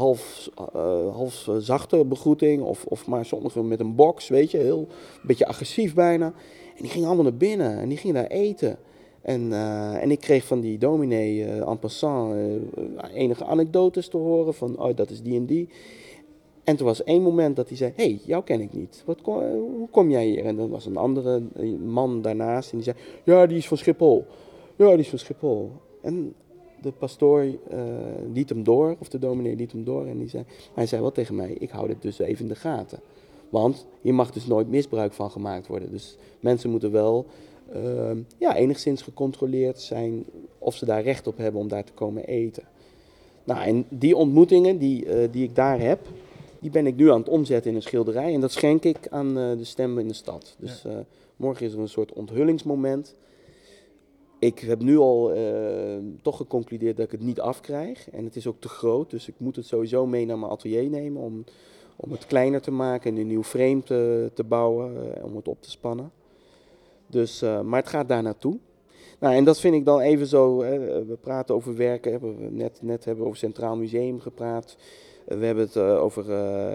Speaker 2: half zachte begroeting of maar sommigen met een box, weet je, een beetje agressief bijna. En die gingen allemaal naar binnen en die gingen daar eten. En ik kreeg van die dominee en passant enige anekdotes te horen van, oh, dat is die en die. En toen was 1 moment dat hij zei, hey, jou ken ik niet. Hoe kom jij hier? En dan was een andere man daarnaast en die zei, ja, die is van Schiphol. Ja, die is van Schiphol. En de pastoor liet hem door, of de dominee liet hem door. En hij zei wel tegen mij, ik hou dit dus even in de gaten. Want hier mag dus nooit misbruik van gemaakt worden. Dus mensen moeten wel enigszins gecontroleerd zijn of ze daar recht op hebben om daar te komen eten. Nou, en die ontmoetingen die ik daar heb, die ben ik nu aan het omzetten in een schilderij. En dat schenk ik aan de Stem in de Stad. Dus morgen is er een soort onthullingsmoment. Ik heb nu al toch geconcludeerd dat ik het niet afkrijg. En het is ook te groot, dus ik moet het sowieso mee naar mijn atelier nemen om het kleiner te maken en een nieuw frame te bouwen, om het op te spannen. Dus, maar het gaat daar naartoe. Nou, en dat vind ik dan even zo, we praten over werken, net hebben we over Centraal Museum gepraat. We hebben het over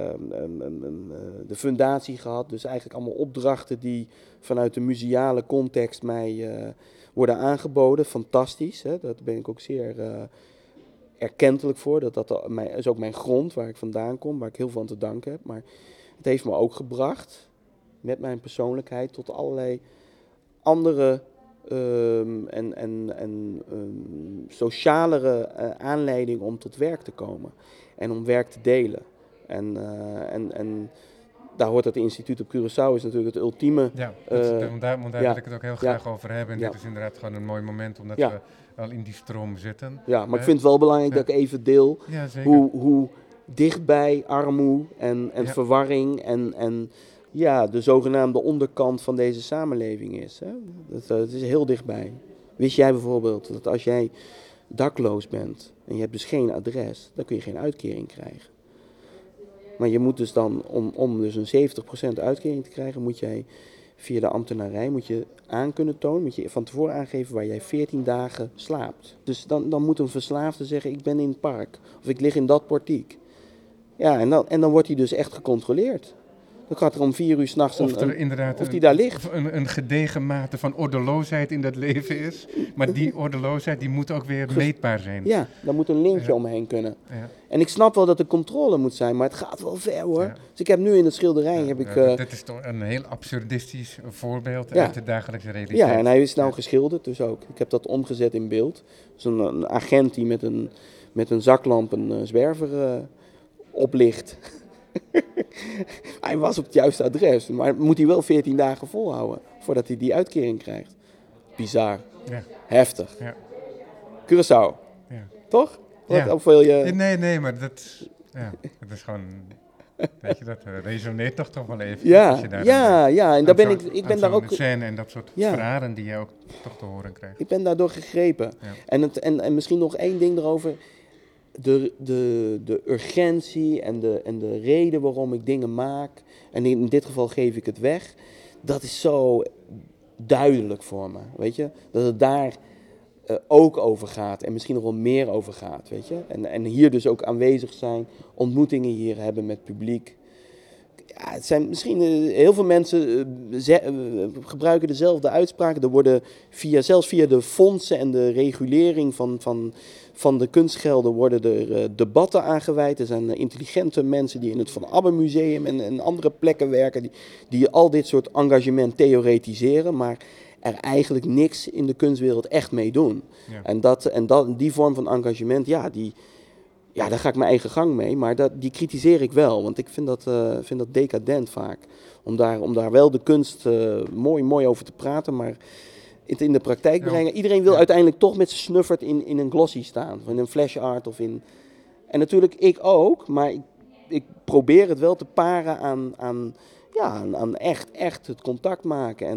Speaker 2: de fundatie gehad, dus eigenlijk allemaal opdrachten die vanuit de museale context mij worden aangeboden. Fantastisch, hè? Daar ben ik ook zeer erkentelijk voor. Dat is ook mijn grond waar ik vandaan kom, waar ik heel veel aan te danken heb. Maar het heeft me ook gebracht, met mijn persoonlijkheid, tot allerlei andere socialere aanleiding om tot werk te komen. En om werk te delen. En daar hoort het instituut op Curaçao is natuurlijk het ultieme.
Speaker 1: Ja, daar wil ik het ook heel graag over hebben. En dit is inderdaad gewoon een mooi moment, omdat we al in die stroom zitten.
Speaker 2: Ja, maar ik vind het wel belangrijk dat ik even deel hoe dichtbij armoede en verwarring en de zogenaamde onderkant van deze samenleving is. Hè? Het is heel dichtbij. Wist jij bijvoorbeeld dat als jij dakloos bent en je hebt dus geen adres, dan kun je geen uitkering krijgen. Maar je moet dus dan, om dus een 70% uitkering te krijgen, moet jij via de ambtenarij aan kunnen tonen, moet je van tevoren aangeven waar jij 14 dagen slaapt. Dus dan moet een verslaafde zeggen, ik ben in het park, of ik lig in dat portiek. Ja, en dan wordt hij dus echt gecontroleerd. Dan gaat er om 4 uur 's nachts of die daar ligt.
Speaker 1: Een gedegen mate van ordeloosheid in dat leven is. Maar die ordeloosheid die moet ook weer meetbaar zijn.
Speaker 2: Ja, daar moet een lintje omheen kunnen. Ja. En ik snap wel dat er controle moet zijn, maar het gaat wel ver hoor. Ja. Dus ik heb nu in het schilderij...
Speaker 1: dit is toch een heel absurdistisch voorbeeld uit de dagelijkse realiteit.
Speaker 2: Ja, en hij is nou geschilderd dus ook. Ik heb dat omgezet in beeld. Dus een agent die met een zaklamp een zwerver oplicht. Hij was op het juiste adres, maar moet hij wel 14 dagen volhouden voordat hij die uitkering krijgt. Bizar. Ja. Heftig. Ja. Curaçao. Ja. Toch?
Speaker 1: Nee, maar dat is gewoon... Weet je, dat resoneert toch wel even.
Speaker 2: En daar ben ik ben daar ook...
Speaker 1: Scène en dat soort verhalen die je ook toch te horen krijgt.
Speaker 2: Ik ben daardoor gegrepen. Ja. En misschien nog één ding erover... De urgentie en de reden waarom ik dingen maak, en in dit geval geef ik het weg, dat is zo duidelijk voor me, weet je. Dat het daar ook over gaat en misschien nog wel meer over gaat, weet je. En hier dus ook aanwezig zijn, ontmoetingen hier hebben met publiek. Ja, het zijn misschien heel veel mensen gebruiken dezelfde uitspraken. Er worden zelfs via de fondsen en de regulering van de kunstgelden worden er debatten aangeweid. Er zijn intelligente mensen die in het Van Abbe Museum en andere plekken werken, die al dit soort engagement theoretiseren, maar er eigenlijk niks in de kunstwereld echt mee doen. Ja. En die vorm van engagement, daar ga ik mijn eigen gang mee, maar die kritiseer ik wel, want ik vind dat decadent vaak. Om daar wel de kunst mooi over te praten, maar het in de praktijk brengen. Iedereen wil uiteindelijk toch met zijn snuffert in een glossy staan, of in een flash art of in... En natuurlijk ik ook, maar ik probeer het wel te paren aan echt het contact maken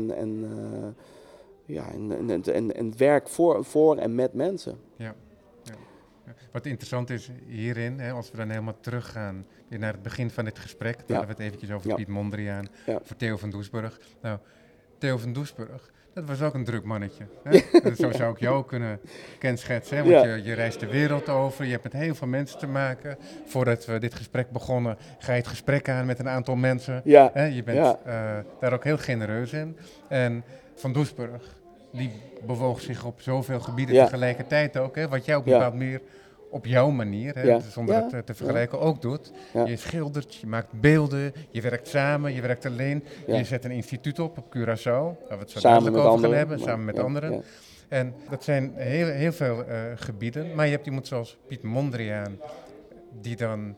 Speaker 2: en het werk voor en met mensen.
Speaker 1: Ja. Wat interessant is hierin, als we dan helemaal teruggaan naar het begin van dit gesprek, dan hadden we het eventjes over Piet Mondriaan, voor Theo van Doesburg. Nou, Theo van Doesburg, dat was ook een druk mannetje. Hè? Zo zou ik jou kunnen kenschetsen, hè? Want je reist de wereld over, je hebt met heel veel mensen te maken. Voordat we dit gesprek begonnen, ga je het gesprek aan met een aantal mensen.
Speaker 2: Ja.
Speaker 1: Hè? Je bent daar ook heel genereus in. En Van Doesburg, die bewoog zich op zoveel gebieden tegelijkertijd ook, hè? Wat jij op een bepaald meer op jouw manier, hè, zonder het te vergelijken, ook doet. Ja. Je schildert, je maakt beelden, je werkt samen, je werkt alleen. Ja. Je zet een instituut op Curaçao, waar we het zo dadelijk over gaan hebben, samen met anderen. Ja. En dat zijn heel veel gebieden. Maar je hebt iemand zoals Piet Mondriaan, die dan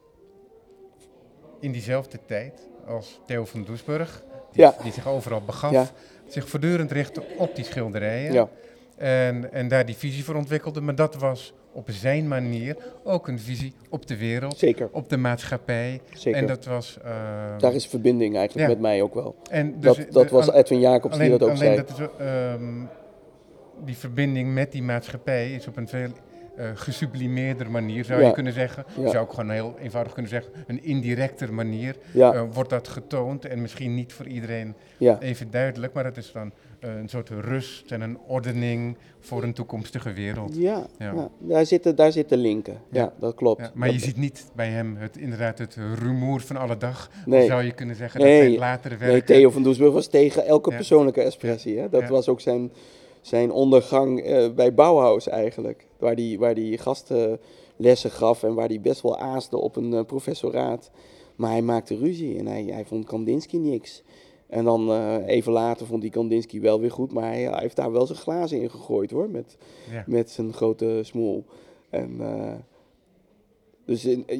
Speaker 1: in diezelfde tijd als Theo van Doesburg, die zich overal begaf, zich voortdurend richtte op die schilderijen. Ja. En daar die visie voor ontwikkelde. Maar dat was op zijn manier ook een visie op de wereld,
Speaker 2: Zeker.
Speaker 1: op de maatschappij.
Speaker 2: Zeker.
Speaker 1: En dat was...
Speaker 2: daar is verbinding eigenlijk met mij ook wel.
Speaker 1: En dus
Speaker 2: dat was Edwin Jacobs die dat ook zei.
Speaker 1: Dat is, die verbinding met die maatschappij is op een veel gesublimeerder manier, zou je kunnen zeggen. Je zou ook gewoon heel eenvoudig kunnen zeggen, een indirecter manier wordt dat getoond. En misschien niet voor iedereen even duidelijk, maar het is dan een soort rust en een ordening voor een toekomstige wereld.
Speaker 2: Ja. Daar zitten linken. Ja, dat klopt. Ja,
Speaker 1: maar je ziet niet bij hem inderdaad het rumoer van alle dag.
Speaker 2: Nee.
Speaker 1: Zou je kunnen zeggen dat zijn latere werken...
Speaker 2: Nee, Theo van Doesburg was tegen elke persoonlijke expressie. Hè? Dat was ook zijn ondergang bij Bauhaus eigenlijk. Waar die gastenlessen gaf en waar hij best wel aasde op een professoraat. Maar hij maakte ruzie en hij vond Kandinsky niks. En dan even later vond hij Kandinsky wel weer goed, maar hij heeft daar wel zijn glazen in gegooid hoor, met zijn grote smoel. En dus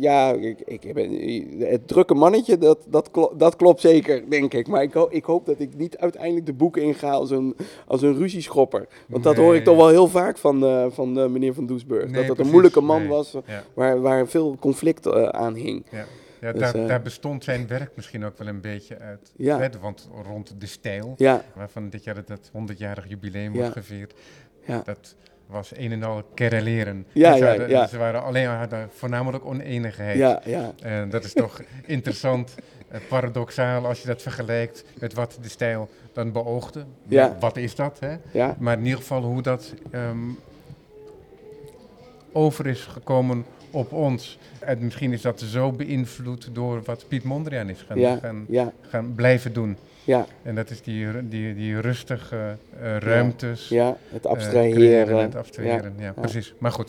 Speaker 2: het drukke mannetje, dat klopt zeker, denk ik. Maar ik hoop dat ik niet uiteindelijk de boeken inga als een ruzieschopper. Want dat hoor ik toch wel heel vaak van meneer Van Doesburg.
Speaker 1: Nee,
Speaker 2: dat een moeilijke man was, waar veel conflict aan hing.
Speaker 1: Ja. Ja, dus, daar bestond zijn werk misschien ook wel een beetje uit. Want rond de stijl, waarvan dit jaar dat 100-jarig jubileum wordt gevierd, dat was een en al querelleren. Ze hadden voornamelijk oneenigheid. En dat is toch interessant, paradoxaal als je dat vergelijkt met wat de stijl dan beoogde. Wat is dat? Hè? Maar in ieder geval hoe dat over is gekomen op ons. En misschien is dat zo beïnvloed door wat Piet Mondriaan is gaan blijven doen. Ja. En dat is die rustige ruimtes.
Speaker 2: Het abstraheren.
Speaker 1: Het abstraheren, precies. Maar goed.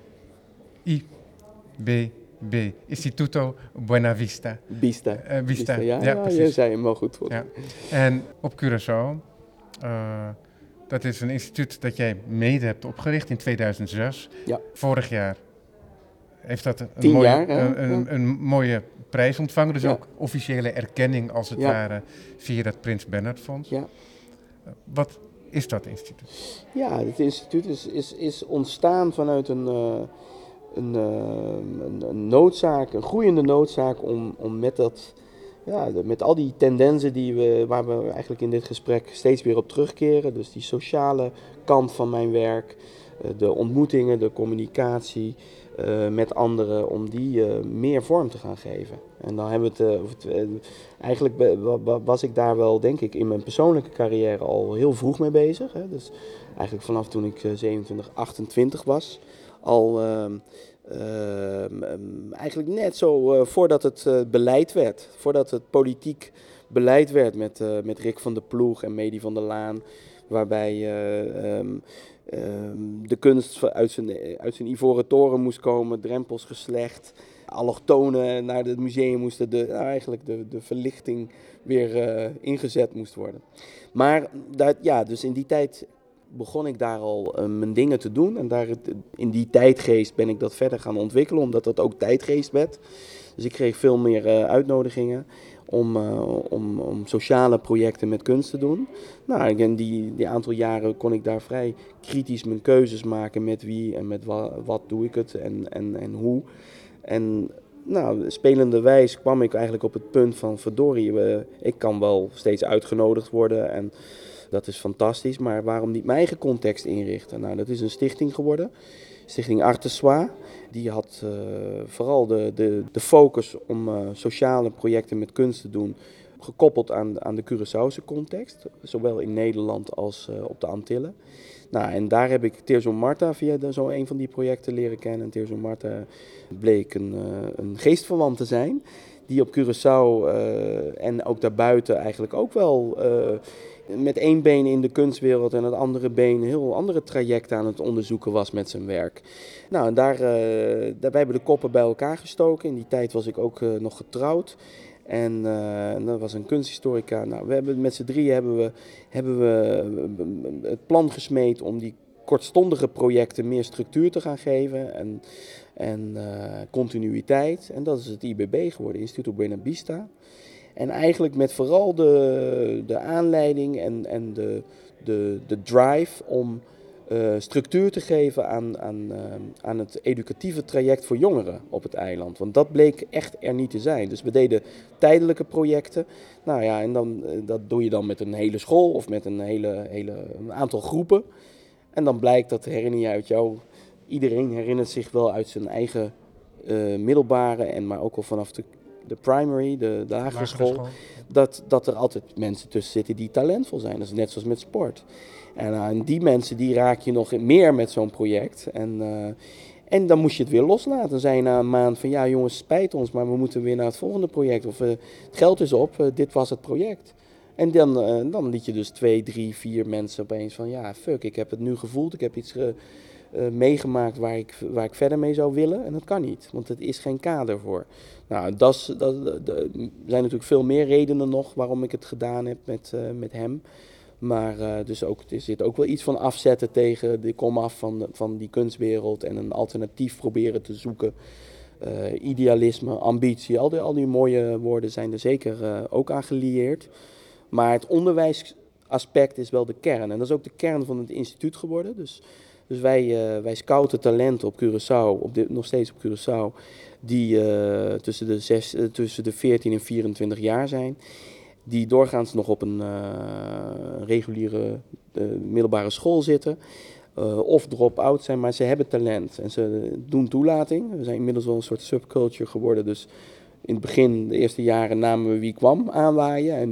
Speaker 1: IBB, Instituto Buena Vista.
Speaker 2: Vista.
Speaker 1: Precies.
Speaker 2: Je zei hem wel goed.
Speaker 1: Ja. En op Curaçao, dat is een instituut dat jij mede hebt opgericht in 2006.
Speaker 2: Ja.
Speaker 1: Vorig jaar heeft dat een mooie prijs ontvangen. Dus ook officiële erkenning als het ware via dat Prins Bernhard Fonds. Ja. Wat is dat instituut?
Speaker 2: Ja, het instituut is ontstaan vanuit een noodzaak, een groeiende noodzaak om met al die tendensen waar we eigenlijk in dit gesprek steeds weer op terugkeren. Dus die sociale kant van mijn werk, de ontmoetingen, de communicatie met anderen, om die meer vorm te gaan geven. En dan hebben we eigenlijk was ik daar wel, denk ik, in mijn persoonlijke carrière al heel vroeg mee bezig. Hè. Dus eigenlijk vanaf toen ik 27, 28 was, al eigenlijk net zo voordat het beleid werd, voordat het politiek beleid werd met Rick van der Ploeg en Medi van der Laan, waarbij de kunst uit zijn ivoren toren moest komen, drempels geslecht, allochtonen naar het museum moesten, de verlichting weer ingezet moest worden. Maar dus in die tijd begon ik daar al mijn dingen te doen. En in die tijdgeest ben ik dat verder gaan ontwikkelen, omdat dat ook tijdgeest werd. Dus ik kreeg veel meer uitnodigingen om sociale projecten met kunst te doen. Nou, en die aantal jaren kon ik daar vrij kritisch mijn keuzes maken met wie en met wat doe ik het en hoe. En spelenderwijs kwam ik eigenlijk op het punt van verdorie, ik kan wel steeds uitgenodigd worden en dat is fantastisch, maar waarom niet mijn eigen context inrichten? Nou, dat is een stichting geworden, Stichting Artessois. Die had vooral de focus om sociale projecten met kunst te doen, gekoppeld aan de Curaçaose context, zowel in Nederland als op de Antillen. Nou, en daar heb ik Tirso Marta via een van die projecten leren kennen. En Tirso Marta bleek een geestverwant te zijn, die op Curaçao en ook daarbuiten eigenlijk ook wel met één been in de kunstwereld en het andere been heel andere trajecten aan het onderzoeken was met zijn werk. Nou, en daarbij hebben we de koppen bij elkaar gestoken. In die tijd was ik ook nog getrouwd. En dat was een kunsthistorica. Nou, we hebben met z'n drieën hebben we het plan gesmeed om die kortstondige projecten meer structuur te gaan geven en continuïteit. En dat is het IBB geworden, Instituto Buena Vista. En eigenlijk met vooral de aanleiding en de drive om structuur te geven aan het educatieve traject voor jongeren op het eiland. Want dat bleek echt er niet te zijn. Dus we deden tijdelijke projecten. Nou ja, en dat doe je dan met een hele school of met een aantal groepen. En dan blijkt, dat herinner je uit jou, iedereen herinnert zich wel uit zijn eigen middelbare, maar ook al vanaf de primary, de lagere school. Dat er altijd mensen tussen zitten die talentvol zijn. Dat is net zoals met sport. En die mensen die raak je nog meer met zo'n project. En dan moest je het weer loslaten. Dan zei je na een maand van ja jongens, spijt ons, maar we moeten weer naar het volgende project. Of het geld is op, dit was het project. En dan liet je dus 2, 3, 4 mensen opeens van ja fuck, ik heb het nu gevoeld. Ik heb iets meegemaakt waar ik verder mee zou willen. En dat kan niet, want het is geen kader voor. Nou, er zijn natuurlijk veel meer redenen nog waarom ik het gedaan heb met hem. Maar dus ook, er zit ook wel iets van afzetten tegen de komaf van die kunstwereld en een alternatief proberen te zoeken. Idealisme, ambitie, al die mooie woorden zijn er zeker ook aan gelieerd. Maar het onderwijsaspect is wel de kern. En dat is ook de kern van het instituut geworden. Dus wij scouten talenten op Curaçao, nog steeds op Curaçao, die tussen de 14 en 24 jaar zijn. Die doorgaans nog op een reguliere middelbare school zitten. Of drop-out zijn, maar ze hebben talent. En ze doen toelating. We zijn inmiddels wel een soort subculture geworden. Dus in het begin, de eerste jaren, namen we wie kwam aanwaaien. En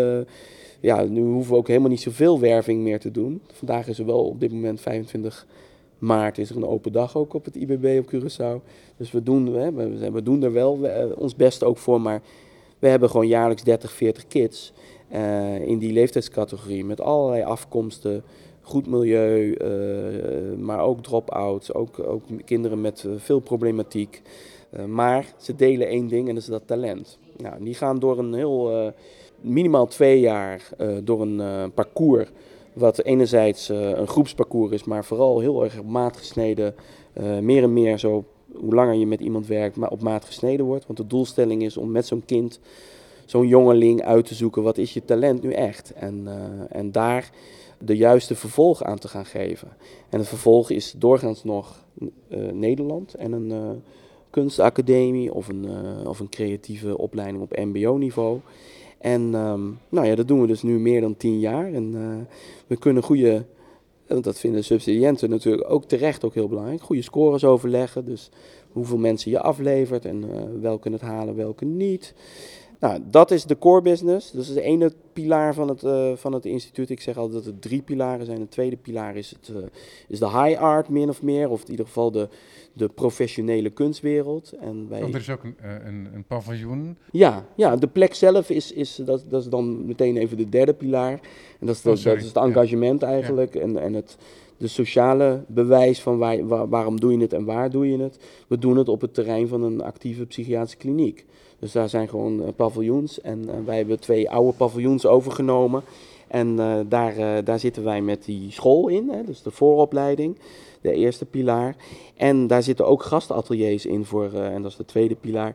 Speaker 2: nu hoeven we ook helemaal niet zoveel werving meer te doen. Vandaag is er wel op dit moment 25 maart is er een open dag ook op het IBB op Curaçao. Dus we doen er wel ons best ook voor, maar we hebben gewoon jaarlijks 30, 40 kids in die leeftijdscategorie met allerlei afkomsten, goed milieu, maar ook drop-outs, ook kinderen met veel problematiek. Maar ze delen één ding en dat is dat talent. Nou, die gaan door een heel minimaal 2 jaar door een parcours, wat enerzijds een groepsparcours is, maar vooral heel erg op maat gesneden, meer en meer zo. Hoe langer je met iemand werkt, maar op maat gesneden wordt. Want de doelstelling is om met zo'n kind, zo'n jongeling uit te zoeken, wat is je talent nu echt? En daar de juiste vervolg aan te gaan geven. En het vervolg is doorgaans nog Nederland en een kunstacademie of een creatieve opleiding op mbo-niveau. En dat doen we dus nu meer dan 10 jaar. En we kunnen goede, want dat vinden subsidiënten natuurlijk ook terecht ook heel belangrijk, goede scores overleggen. Dus hoeveel mensen je aflevert en welke het halen, welke niet. Nou, dat is de core business. Dat is de ene pilaar van het instituut. Ik zeg altijd dat er 3 pilaren zijn. De tweede pilaar is de high art, min of meer. Of in ieder geval de professionele kunstwereld. En
Speaker 1: er is ook een paviljoen.
Speaker 2: Ja, de plek zelf is dan meteen even de derde pilaar. En dat is het engagement eigenlijk. Ja. En de sociale bewijs van waarom doe je het en waar doe je het. We doen het op het terrein van een actieve psychiatrische kliniek. Dus daar zijn gewoon paviljoens en wij hebben 2 oude paviljoens overgenomen. En daar zitten wij met die school in, dus de vooropleiding, de eerste pilaar. En daar zitten ook gastateliers in voor, en dat is de tweede pilaar,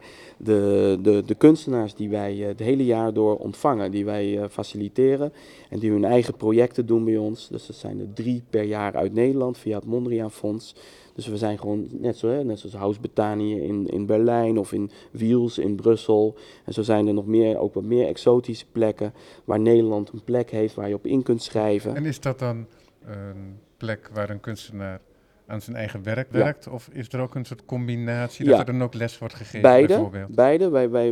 Speaker 2: de kunstenaars die wij het hele jaar door ontvangen, die wij faciliteren en die hun eigen projecten doen bij ons. Dus dat zijn er 3 per jaar uit Nederland via het Mondriaan Fonds. Dus we zijn gewoon net zoals Haus Betanië in Berlijn of in Wiels in Brussel. En zo zijn er nog ook wat meer exotische plekken waar Nederland een plek heeft waar je op in kunt schrijven.
Speaker 1: En is dat dan een plek waar een kunstenaar aan zijn eigen werk werkt? Of is er ook een soort combinatie dat er dan ook les wordt gegeven bijvoorbeeld?
Speaker 2: Beide.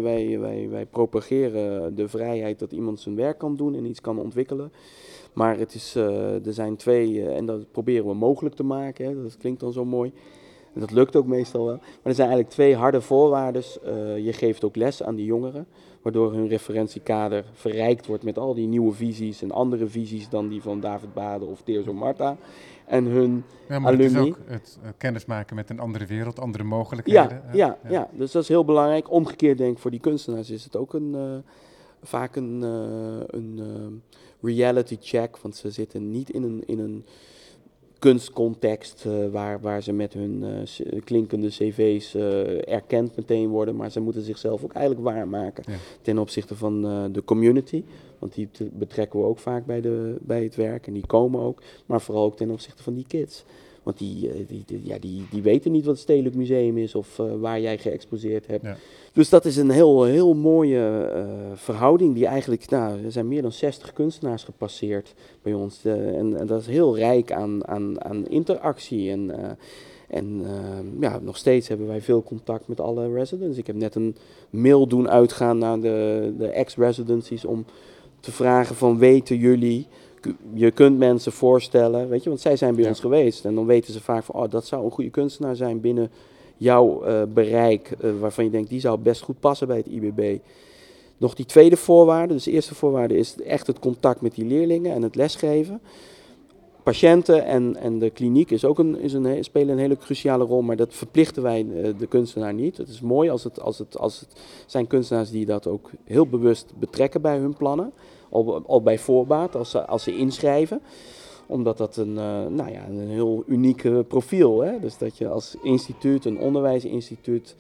Speaker 2: Wij propageren de vrijheid dat iemand zijn werk kan doen en iets kan ontwikkelen. Maar er zijn 2, en dat proberen we mogelijk te maken, hè. Dat klinkt dan zo mooi. En dat lukt ook meestal wel. Maar er zijn eigenlijk 2 harde voorwaarden. Je geeft ook les aan die jongeren, waardoor hun referentiekader verrijkt wordt met al die nieuwe visies en andere visies dan die van David Bade of Teerso Marta. En hun alumni.
Speaker 1: Het is ook het kennismaken met een andere wereld, andere mogelijkheden.
Speaker 2: Ja, dus dat is heel belangrijk. Omgekeerd denk ik voor die kunstenaars is het ook vaak een reality check, want ze zitten niet in een kunstcontext waar ze met hun klinkende cv's erkend meteen worden. Maar ze moeten zichzelf ook eigenlijk waarmaken ten opzichte van de community. Want die betrekken we ook vaak bij het werk en die komen ook. Maar vooral ook ten opzichte van die kids. Want die weten niet wat het Stedelijk Museum is of waar jij geëxposeerd hebt. Ja. Dus dat is een heel mooie verhouding die eigenlijk, er zijn meer dan 60 kunstenaars gepasseerd bij ons. En dat is heel rijk aan interactie. En nog steeds hebben wij veel contact met alle residents. Ik heb net een mail doen uitgaan naar de ex-residencies om te vragen van weten jullie... Je kunt mensen voorstellen, weet je, want zij zijn bij ons geweest. En dan weten ze vaak van, dat zou een goede kunstenaar zijn binnen jouw bereik. Waarvan je denkt, die zou best goed passen bij het IBB. Nog die tweede voorwaarde, dus de eerste voorwaarde is echt het contact met die leerlingen en het lesgeven. Patiënten en de kliniek spelen een hele cruciale rol, maar dat verplichten wij de kunstenaar niet. Het is mooi als het zijn kunstenaars die dat ook heel bewust betrekken bij hun plannen. Al bij voorbaat, als ze inschrijven. Omdat dat een heel uniek profiel is. Dus dat je als instituut, een onderwijsinstituut,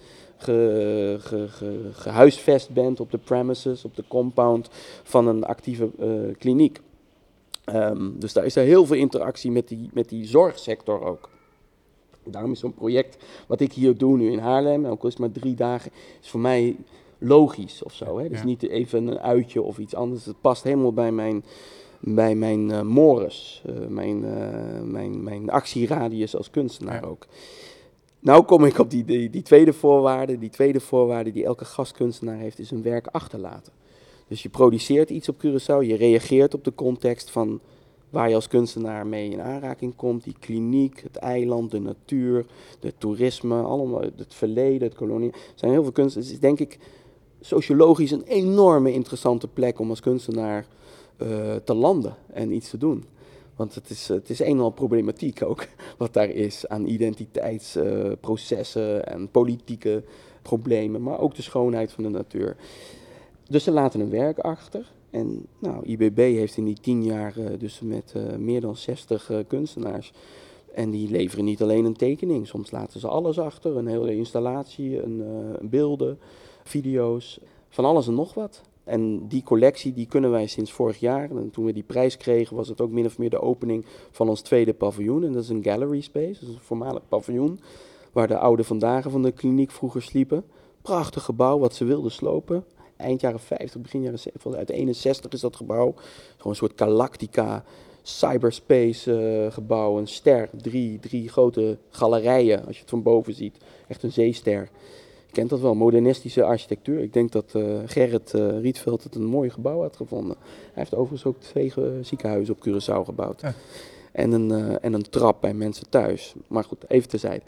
Speaker 2: gehuisvest bent op de premises, op de compound van een actieve kliniek. Dus daar is er heel veel interactie met die zorgsector ook. Daarom is zo'n project wat ik hier doe nu in Haarlem, ook al is het maar 3 dagen, is voor mij logisch of zo. Hè? Dus niet even een uitje of iets anders. Het past helemaal bij mijn mores, mijn actieradius als kunstenaar ook. Nou kom ik op die tweede voorwaarde. Die tweede voorwaarde die elke gastkunstenaar heeft, is een werk achterlaten. Dus je produceert iets op Curaçao, je reageert op de context van waar je als kunstenaar mee in aanraking komt. Die kliniek, het eiland, de natuur, het toerisme, allemaal, het verleden, het kolonie. Er zijn heel veel kunstenaars. Het is denk ik sociologisch een enorme interessante plek om als kunstenaar te landen en iets te doen. Want het is een en al problematiek ook, wat daar is aan identiteitsprocessen en politieke problemen, maar ook de schoonheid van de natuur. Dus ze laten een werk achter. En IBB heeft in die 10 jaar dus met meer dan 60 kunstenaars. En die leveren niet alleen een tekening, soms laten ze alles achter. Een hele installatie, beelden, video's, van alles en nog wat. En die collectie die kunnen wij sinds vorig jaar. En toen we die prijs kregen was het ook min of meer de opening van ons tweede paviljoen. En dat is een gallery space, dat is een voormalig paviljoen. Waar de oude vandaag van de kliniek vroeger sliepen. Prachtig gebouw wat ze wilden slopen. Eind jaren 50, begin jaren 70, uit 61 is dat gebouw. Gewoon een soort galactica, cyberspace gebouw. Een ster, drie grote galerijen als je het van boven ziet. Echt een zeester. Je kent dat wel, modernistische architectuur. Ik denk dat Gerrit Rietveld het een mooi gebouw had gevonden. Hij heeft overigens ook 2 ziekenhuizen op Curaçao gebouwd. Ja. En een trap bij mensen thuis. Maar goed, even terzijde.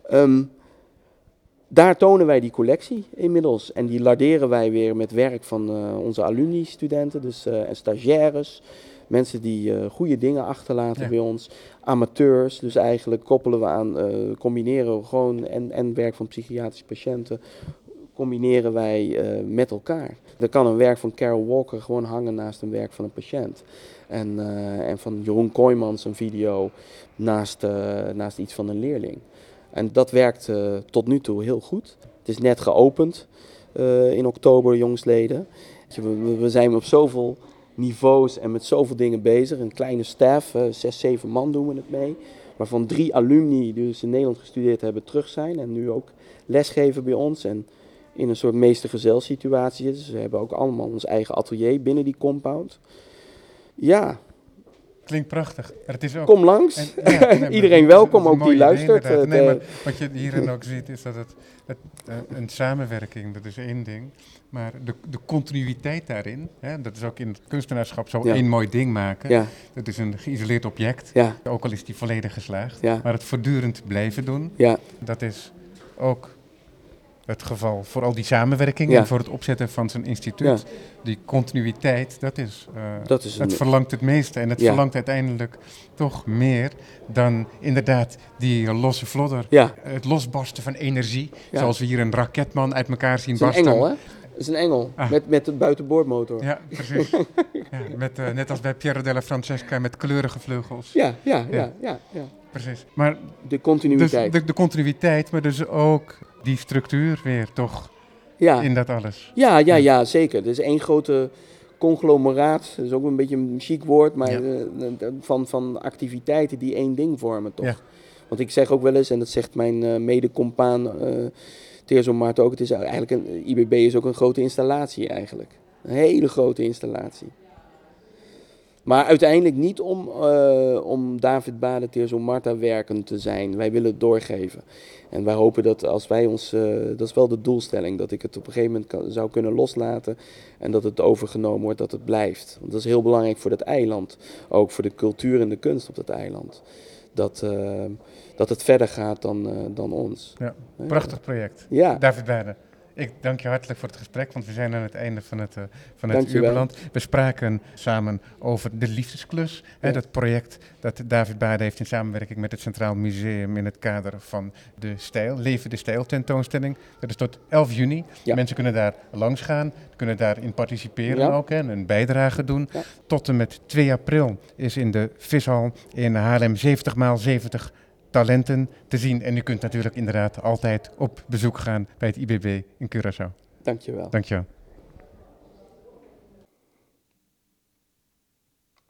Speaker 2: Daar tonen wij die collectie inmiddels. En die larderen wij weer met werk van onze alumni-studenten en stagiaires. Mensen die goede dingen achterlaten bij ons. Amateurs, dus eigenlijk koppelen we aan, combineren we gewoon en werk van psychiatrische patiënten. Combineren wij met elkaar. Er kan een werk van Carol Walker gewoon hangen naast een werk van een patiënt. En van Jeroen Kooijmans een video naast iets van een leerling. En dat werkt tot nu toe heel goed. Het is net geopend in oktober, jongsleden. We zijn op zoveel niveaus en met zoveel dingen bezig. Een kleine staf, 6, 7 man doen we het mee. Waarvan 3 alumni die dus in Nederland gestudeerd hebben terug zijn. En nu ook lesgeven bij ons. En in een soort meester-gezel-situatie. Dus we hebben ook allemaal ons eigen atelier binnen die compound. Ja.
Speaker 1: Klinkt prachtig. Het is ook,
Speaker 2: kom langs. Iedereen welkom, ook die luistert.
Speaker 1: Maar wat je hierin ook ziet is dat een samenwerking, dat is één ding. Maar de continuïteit daarin, dat is ook in het kunstenaarschap zo één mooi ding maken. Ja. Dat is een geïsoleerd object, ook al is die volledig geslaagd. Ja. Maar het voortdurend blijven doen, dat is ook het geval voor al die samenwerking en voor het opzetten van zijn instituut. Ja. Die continuïteit, dat verlangt het meeste. En het verlangt uiteindelijk toch meer dan inderdaad die losse vlodder. Ja. Het losbarsten van energie. Ja. Zoals we hier een raketman uit elkaar zien barsten.
Speaker 2: Engel, hè? is een engel, met de buitenboordmotor.
Speaker 1: Ja, precies. Net als bij Piero della Francesca met kleurige vleugels.
Speaker 2: Ja.
Speaker 1: Precies. Maar
Speaker 2: de continuïteit.
Speaker 1: Dus de continuïteit, maar dus ook die structuur weer, toch? In dat alles.
Speaker 2: Ja, zeker. Het is één grote conglomeraat, dat is ook een beetje een chic woord, maar van activiteiten die één ding vormen, toch? Ja. Want ik zeg ook wel eens, en dat zegt mijn mede-compaan Tirso Marten ook, het is eigenlijk IBB is ook een grote installatie eigenlijk. Een hele grote installatie. Maar uiteindelijk niet om David Bade, Tirso Marten werkend te zijn. Wij willen het doorgeven. En wij hopen dat als wij ons, dat is wel de doelstelling, dat ik het op een gegeven moment zou kunnen loslaten en dat het overgenomen wordt, dat het blijft. Want dat is heel belangrijk voor dat eiland. Ook voor de cultuur en de kunst op dat eiland. Dat het verder gaat dan ons.
Speaker 1: Ja, prachtig project.
Speaker 2: Ja.
Speaker 1: David Bade. Ik dank je hartelijk voor het gesprek, want we zijn aan het einde van het uur beland. We spraken samen over de Liefdesklus, dat project dat David Bade heeft in samenwerking met het Centraal Museum in het kader van de Stijl, Leven de Stijl tentoonstelling. Dat is tot 11 juni. Ja. Mensen kunnen daar langs gaan, kunnen daarin participeren ook en een bijdrage doen. Ja. Tot en met 2 april is in de Vishal in Haarlem 70x70 talenten te zien. En u kunt natuurlijk inderdaad altijd op bezoek gaan bij het IBB in Curaçao.
Speaker 2: Dankjewel.
Speaker 1: Dankjewel.